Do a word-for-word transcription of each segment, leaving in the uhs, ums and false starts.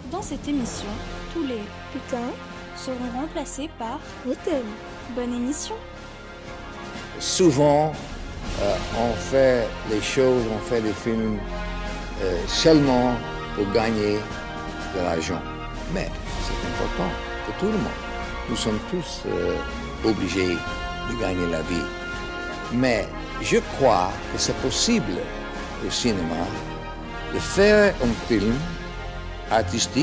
Dans cette émission, tous les Putain seront remplacés par Je t'aime. bonne émission. Souvent, euh, on fait les choses, on fait des films euh, seulement pour gagner de l'argent. Mais c'est important pour tout le monde. Nous sommes tous euh, obligés de gagner la vie. Mais je crois que c'est possible au cinéma de faire un film artistique,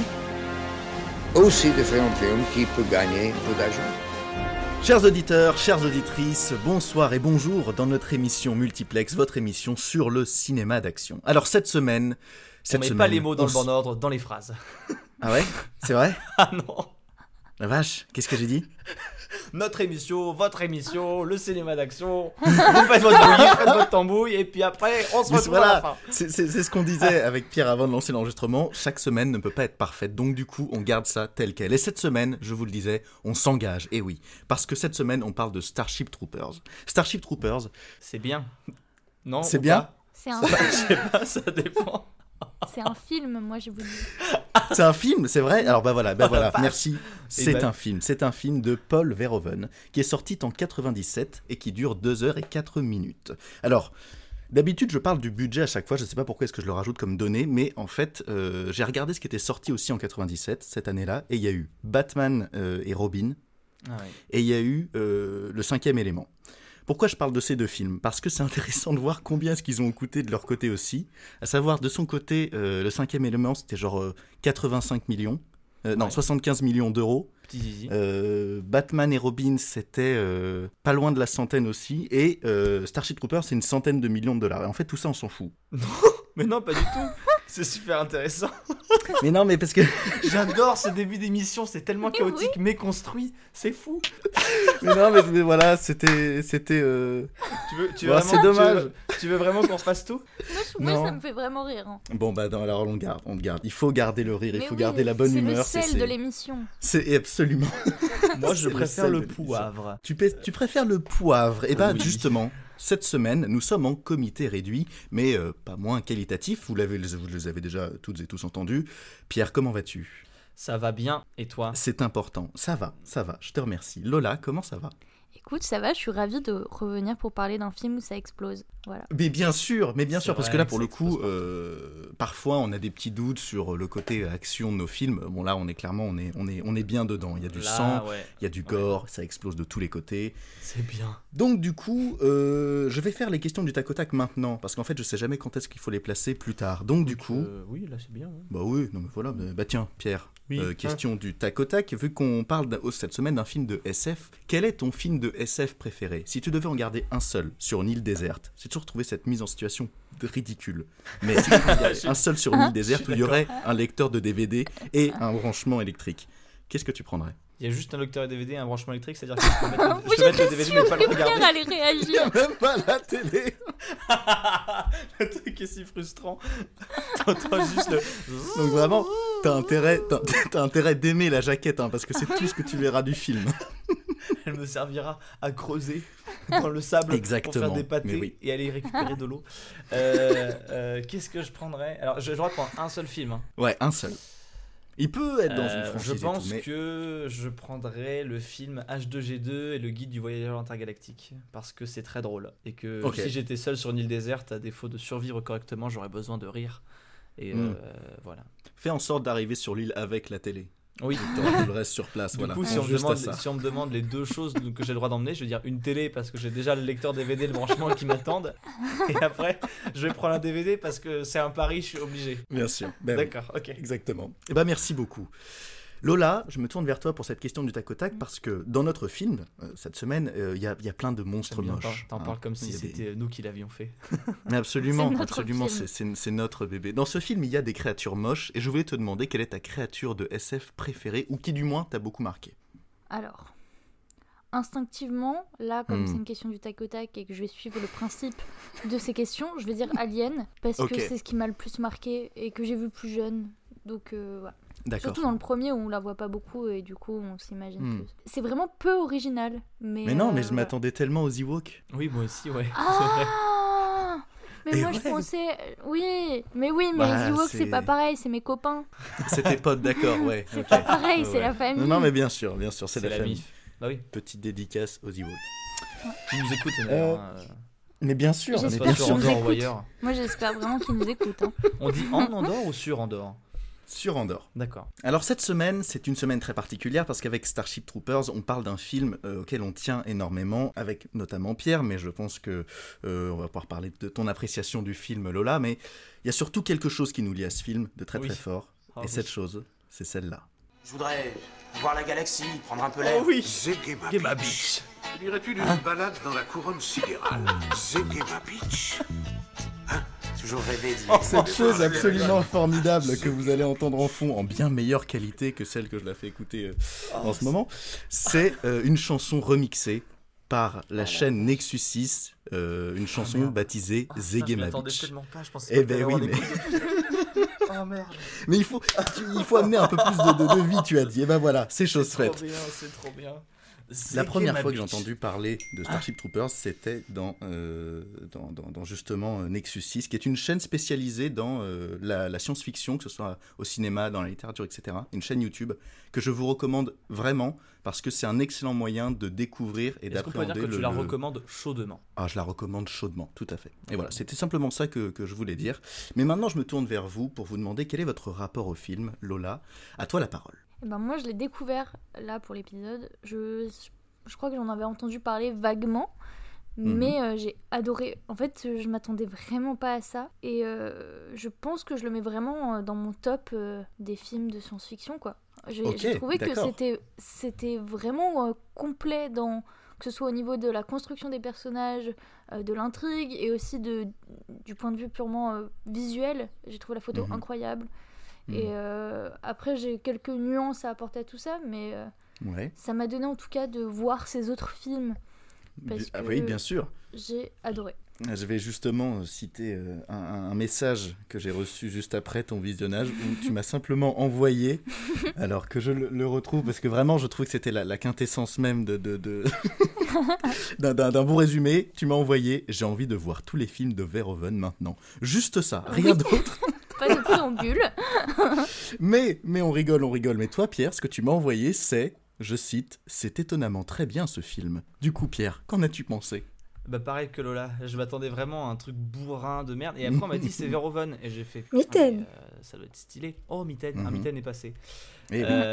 aussi de faire un film qui peut gagner beaucoup d'argent. Chers auditeurs, chères auditrices, bonsoir et bonjour dans notre émission Multiplex, votre émission sur le cinéma d'action. Alors cette semaine... Cette on met semaine, pas les mots dans on le bon ordre dans les phrases. Ah ouais ? C'est vrai ? Ah non. La vache, qu'est-ce que j'ai dit ? Notre émission, votre émission, le cinéma d'action. Vous faites votre bouillie, vous faites votre tambouille, et puis après, on se Mais retrouve voilà, à la fin. c'est, c'est, c'est ce qu'on disait avec Pierre avant de lancer l'enregistrement. Chaque semaine ne peut pas être parfaite, donc du coup, on garde ça tel quel. Et cette semaine, je vous le disais, on s'engage, et oui. Parce que cette semaine, on parle de Starship Troopers. Starship Troopers, C'est bien. Non c'est ou bien pas C'est un, Je sais pas, ça dépend. c'est un film, moi je vous dis. C'est un film, c'est vrai ? Alors bah voilà, bah Oh la voilà, vache. merci. C'est ben- un film, c'est un film de Paul Verhoeven qui est sorti en quatre-vingt-dix-sept et qui dure deux heures et quatre minutes. Alors, d'habitude je parle du budget à chaque fois, je ne sais pas pourquoi est-ce que je le rajoute comme donnée, mais en fait euh, j'ai regardé ce qui était sorti aussi en quatre-vingt-dix-sept, cette année-là, et il y a eu Batman euh, et Robin, Ah ouais. et il y a eu euh, Le Cinquième Élément. Pourquoi je parle de ces deux films ? Parce que c'est intéressant de voir combien est-ce qu'ils ont coûté de leur côté aussi. À savoir, de son côté, euh, Le Cinquième Élément, c'était genre euh, quatre-vingt-cinq millions. Euh, non, Ouais. soixante-quinze millions d'euros. Petit zizi. Euh, Batman et Robin, c'était euh, pas loin de la centaine aussi. Et euh, Starship Troopers, c'est une centaine de millions de dollars. Et en fait, tout ça, on s'en fout. Mais non, pas du tout. C'est super intéressant. Mais non, mais parce que... J'adore ce début d'émission, c'est tellement Mais chaotique, mais construit. C'est fou. mais non, mais, mais voilà, c'était... c'était euh, Tu veux, tu veux Ouais, vraiment, c'est dommage. Tu veux, tu veux vraiment qu'on fasse tout ? Moi, je- moi, Non. ça me fait vraiment rire. hein. Bon, bah non, alors on garde, on garde. Il faut garder le rire, il Mais faut oui, garder la bonne c'est humeur. C'est le sel de l'émission. C'est absolument... Moi, je C'est le préfère sel le de l'émission. poivre. Tu, pais- tu préfères le poivre ? Eh bien, Oui. justement, cette semaine, nous sommes en comité réduit, mais euh, pas moins qualitatif. Vous, l'avez, vous les avez déjà toutes et tous entendus. Pierre, comment vas-tu ? Ça va bien, et toi ? C'est important. Ça va, ça va, je te remercie. Lola, comment ça va ? Écoute, ça va, je suis ravie de revenir pour parler d'un film où ça explose. Voilà. Mais bien sûr, mais bien C'est sûr, parce que vrai là, que pour ça le explose coup, partout. euh, parfois, on a des petits doutes sur le côté action de nos films. Bon, là, on est clairement, on est, on est, on est bien dedans. Il y a du Là, sang, ouais, il y a du ouais. gore, ça explose de tous les côtés. C'est bien. Donc du coup, euh, je vais faire les questions du tac au tac maintenant, parce qu'en fait, je sais jamais quand est-ce qu'il faut les placer plus tard. Donc du coup, Euh, oui, là, c'est bien. hein. bah oui, non mais voilà, bah, bah tiens, Pierre, Oui. euh, question du tac au tac, vu qu'on parle d'un- cette semaine d'un film de S F, quel est ton film de S F préféré ? Si tu devais en garder un seul sur une île déserte, j'ai toujours trouvé cette mise en situation ridicule, mais si tu devais en garder un seul sur une île déserte où il y aurait un lecteur de D V D et un branchement électrique, qu'est-ce que tu prendrais ? Il y a juste un lecteur D V D et un branchement électrique, c'est-à-dire que je peux mettre, Oui, je peux mettre le j'étais D V D sûre mais pas le que Pierre regarder. allait réagir. même pas la télé. Le truc est si frustrant. T'entends juste le... Donc vraiment, t'as intérêt, t'as, t'as intérêt d'aimer la jaquette, hein, parce que c'est tout ce que tu verras du film. Elle me servira à creuser dans le sable pour Exactement, faire des pâtés mais oui. et aller récupérer de l'eau. Euh, euh, qu'est-ce que je prendrais ? Alors, j'ai le droit de prendre un seul film. hein. Ouais, un seul. Il peut être dans Euh, une franchise je et pense tout, mais... que je prendrais le film H deux G deux et le guide du voyageur intergalactique parce que c'est très drôle et que Ok. si j'étais seul sur une île déserte, à défaut de survivre correctement, j'aurais besoin de rire. Et Mm. euh, voilà. Fais en sorte d'arriver sur l'île avec la télé. Oui. T'auras tout le reste sur place, Du voilà. coup, si on, me Juste à demande, ça. si on me demande les deux choses que j'ai le droit d'emmener, je vais dire une télé parce que j'ai déjà le lecteur D V D, le branchement qui m'attendent. Et après, je vais prendre un D V D parce que c'est un pari, je suis obligé. Bien sûr. Ben oui, D'accord, ok. exactement. Eh ben merci beaucoup. Lola, je me tourne vers toi pour cette question du tac au tac parce que dans notre film, euh, cette semaine, il euh, y, a, y a plein de monstres J'aime bien, moches. T'en hein. parles comme Il si y a des- c'était nous qui l'avions fait. Mais absolument, C'est notre absolument, film. c'est, c'est, c'est notre bébé. Dans ce film, il y a des créatures moches et je voulais te demander quelle est ta créature de S F préférée ou qui du moins t'a beaucoup marqué. Alors, instinctivement, là, comme Hmm. c'est une question du tac au tac et que je vais suivre le principe de ces questions, je vais dire Alien parce Ok. que c'est ce qui m'a le plus marqué et que j'ai vu plus jeune. Donc, euh, voilà. D'accord. Surtout dans le premier où on la voit pas beaucoup et du coup on s'imagine Hmm. plus. C'est vraiment peu original. Mais, Mais non, euh, mais je voilà. m'attendais tellement aux Ewoks. Oui, moi aussi, ouais. C'est vrai. Ah Mais Et moi, ouais. je pensais. Oui, mais oui, mais Bah, les Ewoks, c'est- c'est pas pareil, c'est mes copains. C'est tes potes, d'accord, ouais. C'est ok. pas pareil, Ouais, c'est ouais. la famille. Non, non, mais bien sûr, bien sûr, c'est, C'est la, la famille. mif. Bah oui. Petite dédicace aux Ewoks. Qui nous écoute, Euh, hein, euh, Mais bien sûr, on est J'espère pas qu'ils sur nous Andorre ou écoutent. ailleurs. Moi, j'espère vraiment qu'ils nous écoutent. hein. On dit en Andorre ou sur Andorre? sur Andorre. D'accord. Alors cette semaine, c'est une semaine très particulière parce qu'avec Starship Troopers, on parle d'un film euh, auquel on tient énormément, avec notamment Pierre, mais je pense que euh, on va pouvoir parler de ton appréciation du film, Lola, mais il y a surtout quelque chose qui nous lie à ce film de très Oui. très fort, Ah et oui. cette chose, c'est celle-là. Je voudrais voir la galaxie, prendre un peu l'air. Oh oui. Zegema Gema Beach. Beach. Dirais-tu d'une balade dans la couronne sidérale? Zegema Beach. Toujours rêvé d'y Oh, Cette chose absolument formidable que vous allez entendre en fond, en bien meilleure qualité que celle que je la fais écouter euh, en ce moment, c'est euh, une chanson remixée par la chaîne Nexus six, euh, une chanson merde. baptisée Ah, Zegema Je m'attendais Beach. tellement pas, je pensais Eh pas ben qu'il allait oui, avoir mais... des coups de- Oh merde. mais il faut, tu- il faut amener un peu plus de, de, de vie, tu as dit. Et ben voilà, c'est chose C'est trop faite. bien, c'est trop bien. La première fois que j'ai Beach. entendu parler de Starship Troopers, c'était dans, euh, dans, dans, dans justement euh, Nexus six, qui est une chaîne spécialisée dans euh, la, la science-fiction, que ce soit au cinéma, dans la littérature, et cetera. Une chaîne YouTube que je vous recommande vraiment parce que c'est un excellent moyen de découvrir et Est-ce qu'on peut d'appréhender dire que le... tu la le- recommandes chaudement? Ah, je la recommande chaudement, tout à fait. Et voilà, c'était simplement ça que, que je voulais dire. Mais maintenant, je me tourne vers vous pour vous demander quel est votre rapport au film. Lola, à toi la parole. Eh ben, moi, je l'ai découvert là pour l'épisode. Je, je crois que j'en avais entendu parler vaguement. Mais euh, j'ai adoré. En fait, euh, je m'attendais vraiment pas à ça. Et euh, je pense que je le mets vraiment euh, dans mon top euh, des films de science-fiction, quoi. J'ai Ok, j'ai trouvé que d'accord. c'était, c'était vraiment euh, complet, dans, que ce soit au niveau de la construction des personnages, euh, de l'intrigue, et aussi de, du point de vue purement euh, visuel. J'ai trouvé la photo Mhm. incroyable. Mhm. Et euh, après, j'ai quelques nuances à apporter à tout ça, mais euh, Ouais. ça m'a donné en tout cas de voir ces autres films. Parce Ah que- oui, bien sûr. J'ai adoré. Je vais justement euh, citer euh, un, un message que j'ai reçu juste après ton visionnage où tu m'as simplement envoyé, alors que je le, le retrouve, parce que vraiment je trouve que c'était la, la quintessence même de, de, de- d'un, d'un- d'un bon résumé. Tu m'as envoyé, j'ai envie de voir tous les films de Verhoeven maintenant. Juste ça, rien Oui. d'autre. Pas de préambule. Mais, mais on rigole, on rigole. Mais toi Pierre, ce que tu m'as envoyé c'est, je cite, c'est étonnamment très bien ce film. Du coup Pierre, qu'en as-tu pensé ? Bah pareil que Lola, je m'attendais vraiment à un truc bourrin de merde. Et après on m'a dit c'est Verhoeven. Et j'ai fait... Mitaine. ah, mais, euh, ça doit être stylé. Oh Mitaine, Mhm. un Mitaine est passé. Eh oui. Euh,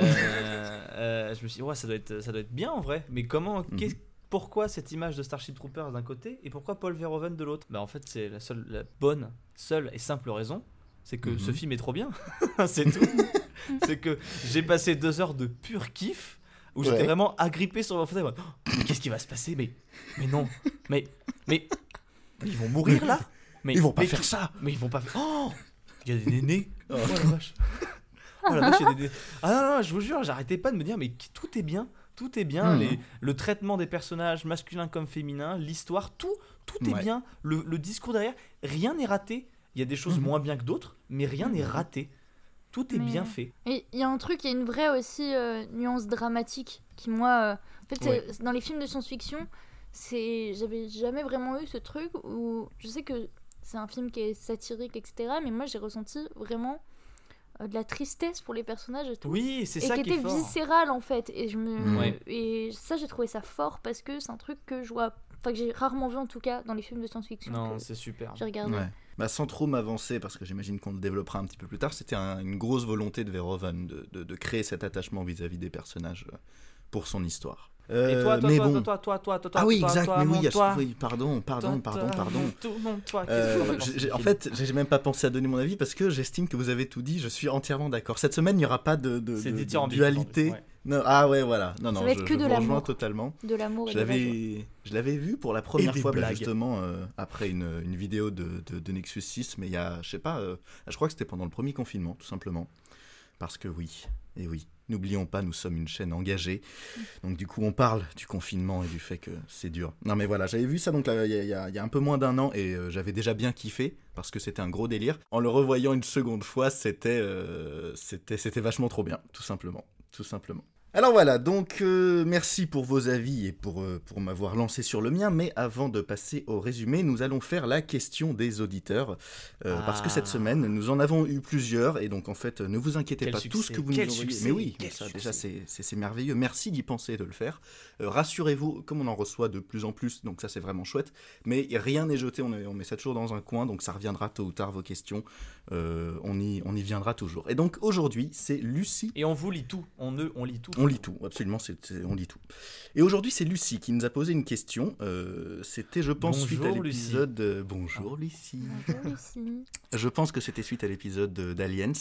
euh, je me suis dit ouais ça doit être, ça doit être bien en vrai. Mais comment, Mhm. qu'est-ce- pourquoi cette image de Starship Troopers d'un côté et pourquoi Paul Verhoeven de l'autre? Bah en fait c'est la seule, la bonne, seule et simple raison. C'est que Mhm. ce film est trop bien. C'est tout. C'est que j'ai passé deux heures de pur kiff où j'étais Ouais. vraiment agrippé sur mon fauteuil. en mode, Oh, mais qu'est-ce qui va se passer? Mais, mais non. Mais, mais, mais ils vont mourir là? Mais Ils vont pas mais faire qui- ça. Mais ils vont pas faire. Oh, il y a des nénés. Oh la vache. Oh la vache, il y a des nénés. Ah non, non, je vous jure, j'arrêtais pas de me dire, mais qui- tout est bien. Tout est bien. Mhm. Les, le traitement des personnages, masculins comme féminins, l'histoire, tout, tout est Ouais. bien. Le, le discours derrière, rien n'est raté. Il y a des choses Mhm. moins bien que d'autres, mais rien n'est raté. Tout est Mais- bien fait. Et il y a un truc, il y a une vraie aussi euh, nuance dramatique qui, moi, euh, en fait, Ouais. c'est- dans les films de science-fiction, c'est, j'avais jamais vraiment eu ce truc où je sais que c'est un film qui est satirique, et cetera. Mais moi, j'ai ressenti vraiment euh, de la tristesse pour les personnages et tout. Oui, c'est et ça qui qui est était fort. viscéral en fait. Et je me, Mhm. Ouais. et ça, j'ai trouvé ça fort parce que c'est un truc que je vois, enfin que j'ai rarement vu en tout cas dans les films de science-fiction Non, que c'est super. j'ai regardé. Ouais. Bah, sans trop m'avancer, parce que j'imagine qu'on le développera un petit peu plus tard, c'était un- une grosse volonté de Verhoeven de, de- de créer cet attachement vis-à-vis des personnages euh, pour son histoire. Et Euh, toi, toi, mais toi, bon. toi, toi, toi, toi, toi, toi, Ah oui, toi, exact, toi, mais oui, mon à ce- toi. oui, pardon, pardon, Toi, pardon, toi, pardon. Tout le monde, toi. Euh, Qu'est-ce que t'en as j'ai- pensé j'ai- du en film fait, j'ai même pas pensé à donner mon avis parce que j'estime que vous avez tout dit. Je suis entièrement d'accord. Cette semaine, il n'y aura pas de, de, C'est de- de dithyrambique, dualité. ouais. Non, ah ouais, voilà. Non, Ça non, va je, être que je de vous rejoins l'amour. totalement. De l'amour et Je de la joie. l'avais, je l'avais vu pour la première des fois, bah, blagues. justement, euh, après une, une vidéo de, de, de Nexus six, mais il y a, je sais pas, euh, je crois que c'était pendant le premier confinement, tout simplement. Parce que oui, et oui, n'oublions pas, nous sommes une chaîne engagée. Donc du coup, on parle du confinement et du fait que c'est dur. Non mais voilà, j'avais vu ça donc là, il y, a- il y a il y a un peu moins d'un an et euh, j'avais déjà bien kiffé parce que c'était un gros délire. En le revoyant une seconde fois, c'était, euh, c'était, c'était vachement trop bien, tout simplement, tout simplement. Alors voilà, donc euh, merci pour vos avis et pour, euh, pour m'avoir lancé sur le mien, mais avant de passer au résumé, nous allons faire la question des auditeurs, euh, Ah. parce que cette semaine, nous en avons eu plusieurs, et donc en fait, ne vous inquiétez Quel pas, tout ce succès, que vous quel nous envoyez, succès, mais oui, quel ça succès. déjà c'est, c'est, c'est merveilleux, merci d'y penser et de le faire. Euh, rassurez-vous, comme on en reçoit de plus en plus, donc ça c'est vraiment chouette, mais rien n'est jeté, on, est- on met ça toujours dans un coin, donc ça reviendra tôt ou tard vos questions, euh, on, y, on y viendra toujours. Et donc aujourd'hui, c'est Lucie. Et on vous lit tout, on, ne, on lit tout. On lit tout, absolument, c'est, c'est- on lit tout. Et aujourd'hui, c'est Lucie qui nous a posé une question. Euh, c'était, je pense, Bonjour, suite à Lucie. l'épisode... euh, Bonjour, Lucie. Bonjour Lucie. Je pense que c'était suite à l'épisode de- d'Aliens.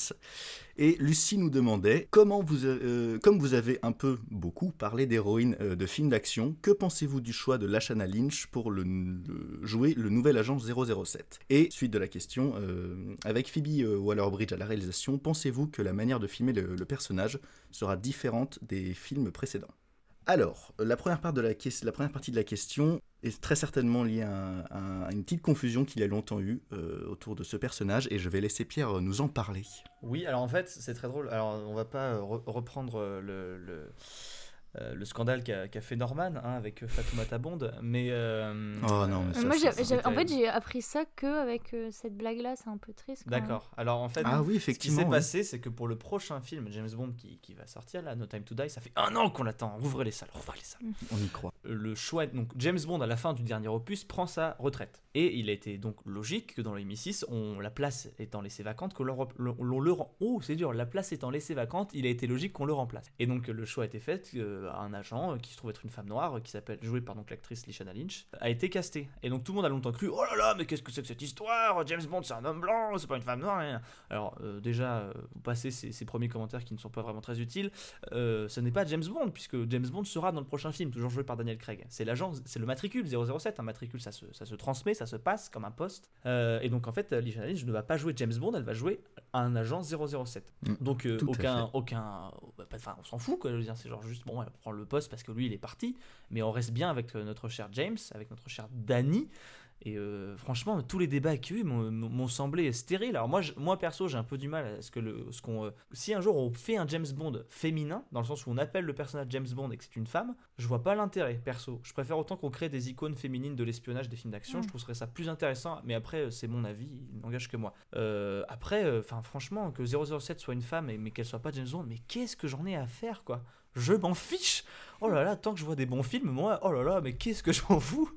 Et Lucie nous demandait, comment vous, euh, comme vous avez un peu, beaucoup, parlé d'héroïnes euh, de films d'action, que pensez-vous du choix de Lashana Lynch pour le, le- jouer le nouvel agent zéro zéro sept? Et, suite de la question, euh, avec Phoebe euh, Waller-Bridge à la réalisation, pensez-vous que la manière de filmer le, le personnage sera différente des films précédents? Alors, la première, part de la, que- la première partie de la question est très certainement liée à, un- à une petite confusion qu'il y a longtemps eu euh, autour de ce personnage, et je vais laisser Pierre nous en parler. Oui, alors en fait, c'est très drôle. Alors, on va pas euh, re- reprendre euh, le, le, euh, le scandale qu'a qu'a fait Norman hein, avec Fatoumata Bond, mais. euh, Oh non, mais Euh, ça, Moi, c'est- j'ai- c'est j'ai- en fait, terrible. j'ai appris ça que avec euh, cette blague-là, c'est un peu triste. quand même. D'accord. Alors en fait, Ah oui, ce qui effectivement. s'est oui. passé, c'est que pour le prochain film James Bond qui, qui va sortir, là, No Time to Die, ça fait un an qu'on l'attend. Ouvrez les salles, ouvrez les salles. On y croit. Le choix, donc James Bond à la fin du dernier opus prend sa retraite. Et il a été donc logique que dans le M I six, on, la place étant laissée vacante, que l'on, rep- l'on- l'on le rem- oh c'est dur, la place étant laissée vacante, il a été logique qu'on le remplace. Et donc le choix a été fait, euh, un agent euh, qui se trouve être une femme noire, euh, qui s'appelle, jouée par donc l'actrice Lashana Lynch, a été casté. Et donc tout le monde a longtemps cru, oh là là, mais qu'est-ce que c'est que cette histoire? James Bond c'est un homme blanc, c'est pas une femme noire. Rien. Alors euh, déjà, euh, vous passez ces, ces premiers commentaires qui ne sont pas vraiment très utiles. Euh, ce n'est pas James Bond, puisque James Bond sera dans le prochain film, toujours joué par Daniel Craig. C'est l'agent, c'est le matricule zéro zéro sept, un matricule ça se, ça se transmet, ça se passe comme un poste. Euh, et donc en fait, Lashana Lynch ne va pas jouer James Bond, elle va jouer un agent zéro zéro sept. Mm, Donc euh, tout à aucun, fait. aucun, bah, pas- enfin on s'en fout quoi, je veux dire, c'est genre juste bon, elle prend le poste parce que lui il est parti, mais on reste bien avec euh, notre cher James, avec notre cher Danny. Et euh, franchement, tous les débats qu'il y a eu m'ont- m'ont semblé stériles. Alors moi, je- moi perso, j'ai un peu du mal à ce que le, ce qu'on, euh, si un jour on fait un James Bond féminin, dans le sens où on appelle le personnage James Bond et que c'est une femme, je vois pas l'intérêt perso. Je préfère autant qu'on crée des icônes féminines de l'espionnage des films d'action. Mm. Je trouverais ça plus intéressant. Mais après, euh, c'est mon avis, il n'engage que moi. Euh, après, enfin franchement, que zéro zéro sept soit une femme et mais qu'elle soit pas James Bond, mais qu'est-ce que j'en ai à faire quoi? Je m'en fiche. Oh là là, tant que je vois des bons films, moi, oh là là, mais qu'est-ce que je m'en fous?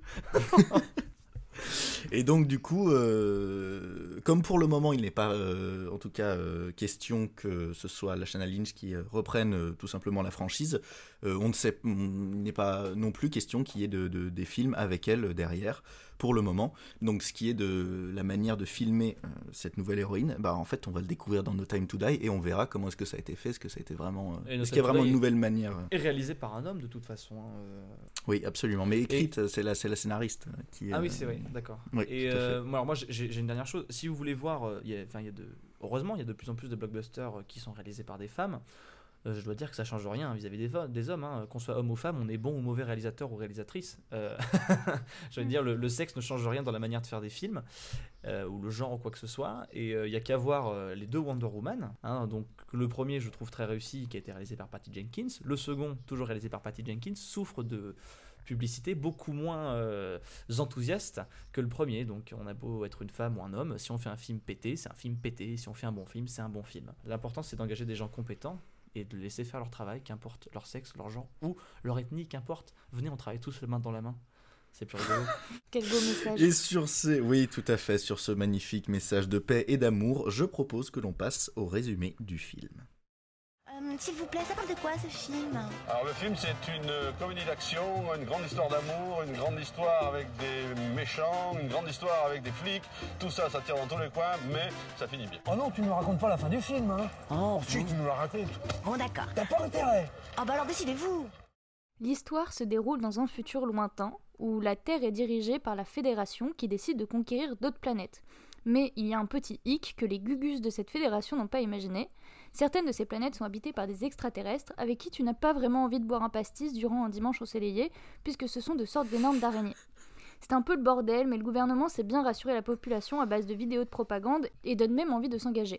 Et donc du coup, euh, comme pour le moment il n'est pas, euh, en tout cas, euh, question que ce soit Lashana Lynch qui euh, reprenne euh, tout simplement la franchise, euh, on ne sait, on- il n'est pas non plus question qu'il y ait de, de- des films avec elle euh, derrière pour le moment. Donc ce qui est de la manière de filmer euh, cette nouvelle héroïne, bah en fait on va le découvrir dans No Time to Die et on verra comment est-ce que ça a été fait, est-ce que ça a été vraiment, euh, Et No est-ce qu'il y a Time to vraiment Die une nouvelle manière. euh. Et réalisé par un homme de toute façon. hein, euh. Oui, absolument. Mais écrite, c'est la, c'est la scénariste euh, qui. Ah euh, oui, c'est vrai, d'accord. Oui, Et tout à fait. euh, moi, alors moi, j'ai j'ai une dernière chose. Si vous voulez voir, euh, il y a, enfin, il y a de, heureusement, il y a de plus en plus de blockbusters euh, qui sont réalisés par des femmes. Euh, je dois dire que ça change rien vis-à-vis des, vo- des hommes. hein. Qu'on soit homme ou femme, on est bon ou mauvais réalisateur ou réalisatrice. Euh, je veux dire, le, le sexe ne change rien dans la manière de faire des films, euh, ou le genre ou quoi que ce soit. Et il n'y a qu'à voir euh, les deux Wonder Woman. hein. donc le premier, je trouve très réussi, qui a été réalisé par Patty Jenkins. Le second, toujours réalisé par Patty Jenkins, souffre de publicité beaucoup moins euh, enthousiaste que le premier. Donc on a beau être une femme ou un homme, si on fait un film pété, c'est un film pété. Si on fait un bon film, c'est un bon film. L'important, c'est d'engager des gens compétents et de les laisser faire leur travail, qu'importe leur sexe, leur genre ou leur ethnie, qu'importe. Venez, on travaille tous les mains dans la main. C'est plus rigolo. Quel beau message. Et sur ces, oui, tout à fait, sur ce magnifique message de paix et d'amour, je propose que l'on passe au résumé du film. Euh, S'il vous plaît, ça parle de quoi ce film? Alors le film c'est une euh, comédie d'action, une grande histoire d'amour, une grande histoire avec des méchants, une grande histoire avec des flics, tout ça ça tire dans tous les coins mais ça finit bien. Oh non, tu ne me racontes pas la fin du film, hein? Oh, Si tu nous la racontes. bon d'accord. T'as pas intérêt. Ah bah alors décidez-vous. L'histoire se déroule dans un futur lointain où la Terre est dirigée par la Fédération qui décide de conquérir d'autres planètes. Mais il y a un petit hic que les gugus de cette fédération n'ont pas imaginé. Certaines de ces planètes sont habitées par des extraterrestres avec qui tu n'as pas vraiment envie de boire un pastis durant un dimanche ensoleillé puisque ce sont de sortes d'énormes d'araignées. C'est un peu le bordel, mais le gouvernement sait bien rassurer la population à base de vidéos de propagande et donne même envie de s'engager.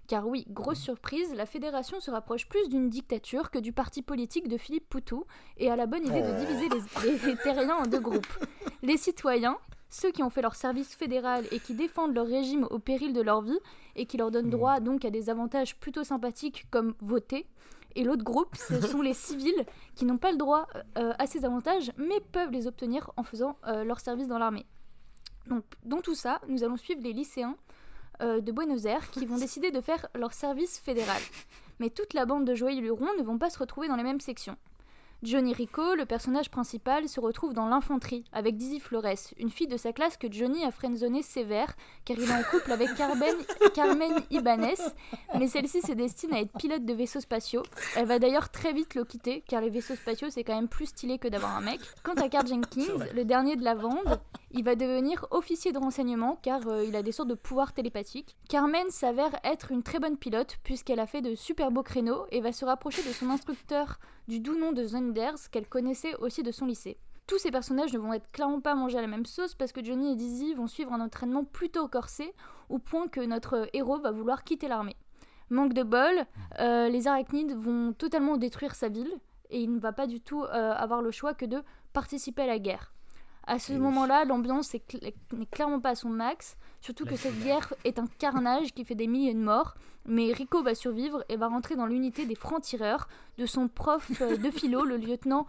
Car oui, grosse surprise, la fédération se rapproche plus d'une dictature que du parti politique de Philippe Poutou et a la bonne idée de diviser les, les, les terriens en deux groupes. Les citoyens, ceux qui ont fait leur service fédéral et qui défendent leur régime au péril de leur vie et qui leur donnent droit donc à des avantages plutôt sympathiques comme voter. Et l'autre groupe, ce sont les civils qui n'ont pas le droit euh, à ces avantages mais peuvent les obtenir en faisant euh, leur service dans l'armée. Donc, dans tout ça, nous allons suivre les lycéens euh, de Buenos Aires qui vont décider de faire leur service fédéral. Mais toute la bande de Joël Luron ne vont pas se retrouver dans les mêmes sections. Johnny Rico, le personnage principal, se retrouve dans l'infanterie avec Dizzy Flores, une fille de sa classe que Johnny a friendzoné sévère car il est en couple avec Carmen, Carmen Ibanez, mais celle-ci se destine à être pilote de vaisseaux spatiaux. Elle va d'ailleurs très vite le quitter car les vaisseaux spatiaux c'est quand même plus stylé que d'avoir un mec. Quant à Carl Jenkins, le dernier de la bande, il va devenir officier de renseignement car euh, il a des sortes de pouvoirs télépathiques. Carmen s'avère être une très bonne pilote puisqu'elle a fait de super beaux créneaux et va se rapprocher de son instructeur du doux nom de Zunders qu'elle connaissait aussi de son lycée. Tous ces personnages ne vont être clairement pas mangés à la même sauce parce que Johnny et Dizzy vont suivre un entraînement plutôt corsé au point que notre héros va vouloir quitter l'armée. Manque de bol, euh, les arachnides vont totalement détruire sa ville et il ne va pas du tout euh, avoir le choix que de participer à la guerre. À ce moment-là, l'ambiance est cl- n'est clairement pas à son max, surtout que cette guerre est un carnage qui fait des milliers de morts, mais Rico va survivre et va rentrer dans l'unité des francs-tireurs de son prof de philo, le lieutenant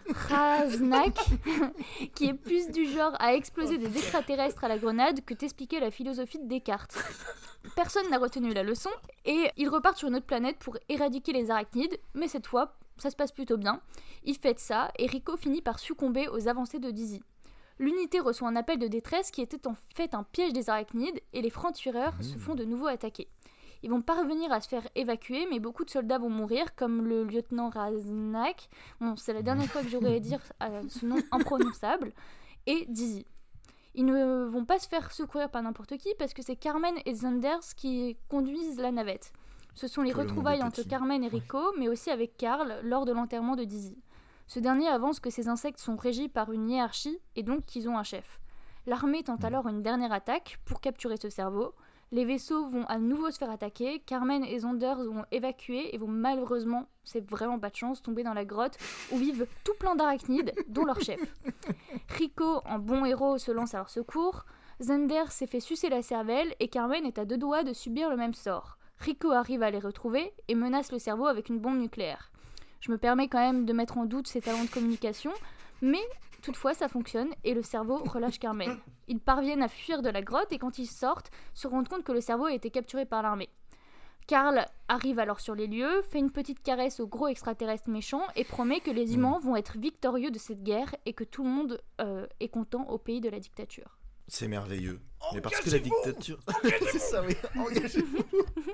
Raznak, qui est plus du genre à exploser des extraterrestres à la grenade que t'expliquer la philosophie de Descartes. Personne n'a retenu la leçon, et ils repartent sur une autre planète pour éradiquer les arachnides, mais cette fois, ça se passe plutôt bien. Ils fêtent ça, et Rico finit par succomber aux avancées de Dizzy. L'unité reçoit un appel de détresse qui était en fait un piège des arachnides et les francs-tireurs mmh. se font de nouveau attaquer. Ils vont parvenir à se faire évacuer, mais beaucoup de soldats vont mourir, comme le lieutenant Raznak, bon, c'est la dernière fois que j'aurais à dire euh, ce nom imprononçable, et Dizzy. Ils ne vont pas se faire secourir par n'importe qui, parce que c'est Carmen et Zunders qui conduisent la navette. Ce sont les retrouvailles entre Carmen et Rico, ouais. mais aussi avec Carl lors de l'enterrement de Dizzy. Ce dernier avance que ces insectes sont régis par une hiérarchie et donc qu'ils ont un chef. L'armée tente alors une dernière attaque pour capturer ce cerveau. Les vaisseaux vont à nouveau se faire attaquer. Carmen et Zunders vont évacuer et vont malheureusement, c'est vraiment pas de chance, tomber dans la grotte où vivent tout plein d'arachnides, dont leur chef. Rico, en bon héros, se lance à leur secours. Zunders s'est fait sucer la cervelle et Carmen est à deux doigts de subir le même sort. Rico arrive à les retrouver et menace le cerveau avec une bombe nucléaire. Je me permets quand même de mettre en doute ses talents de communication, mais toutefois ça fonctionne et le cerveau relâche Carmen. Ils parviennent à fuir de la grotte et quand ils sortent, se rendent compte que le cerveau a été capturé par l'armée. Carl arrive alors sur les lieux, fait une petite caresse au gros extraterrestre méchant et promet que les humains vont être victorieux de cette guerre et que tout le monde euh, est content au pays de la dictature. C'est merveilleux. Mais parce que la dictature... C'est ça, oui. Engagez-vous.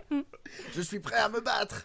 Je suis prêt à me battre.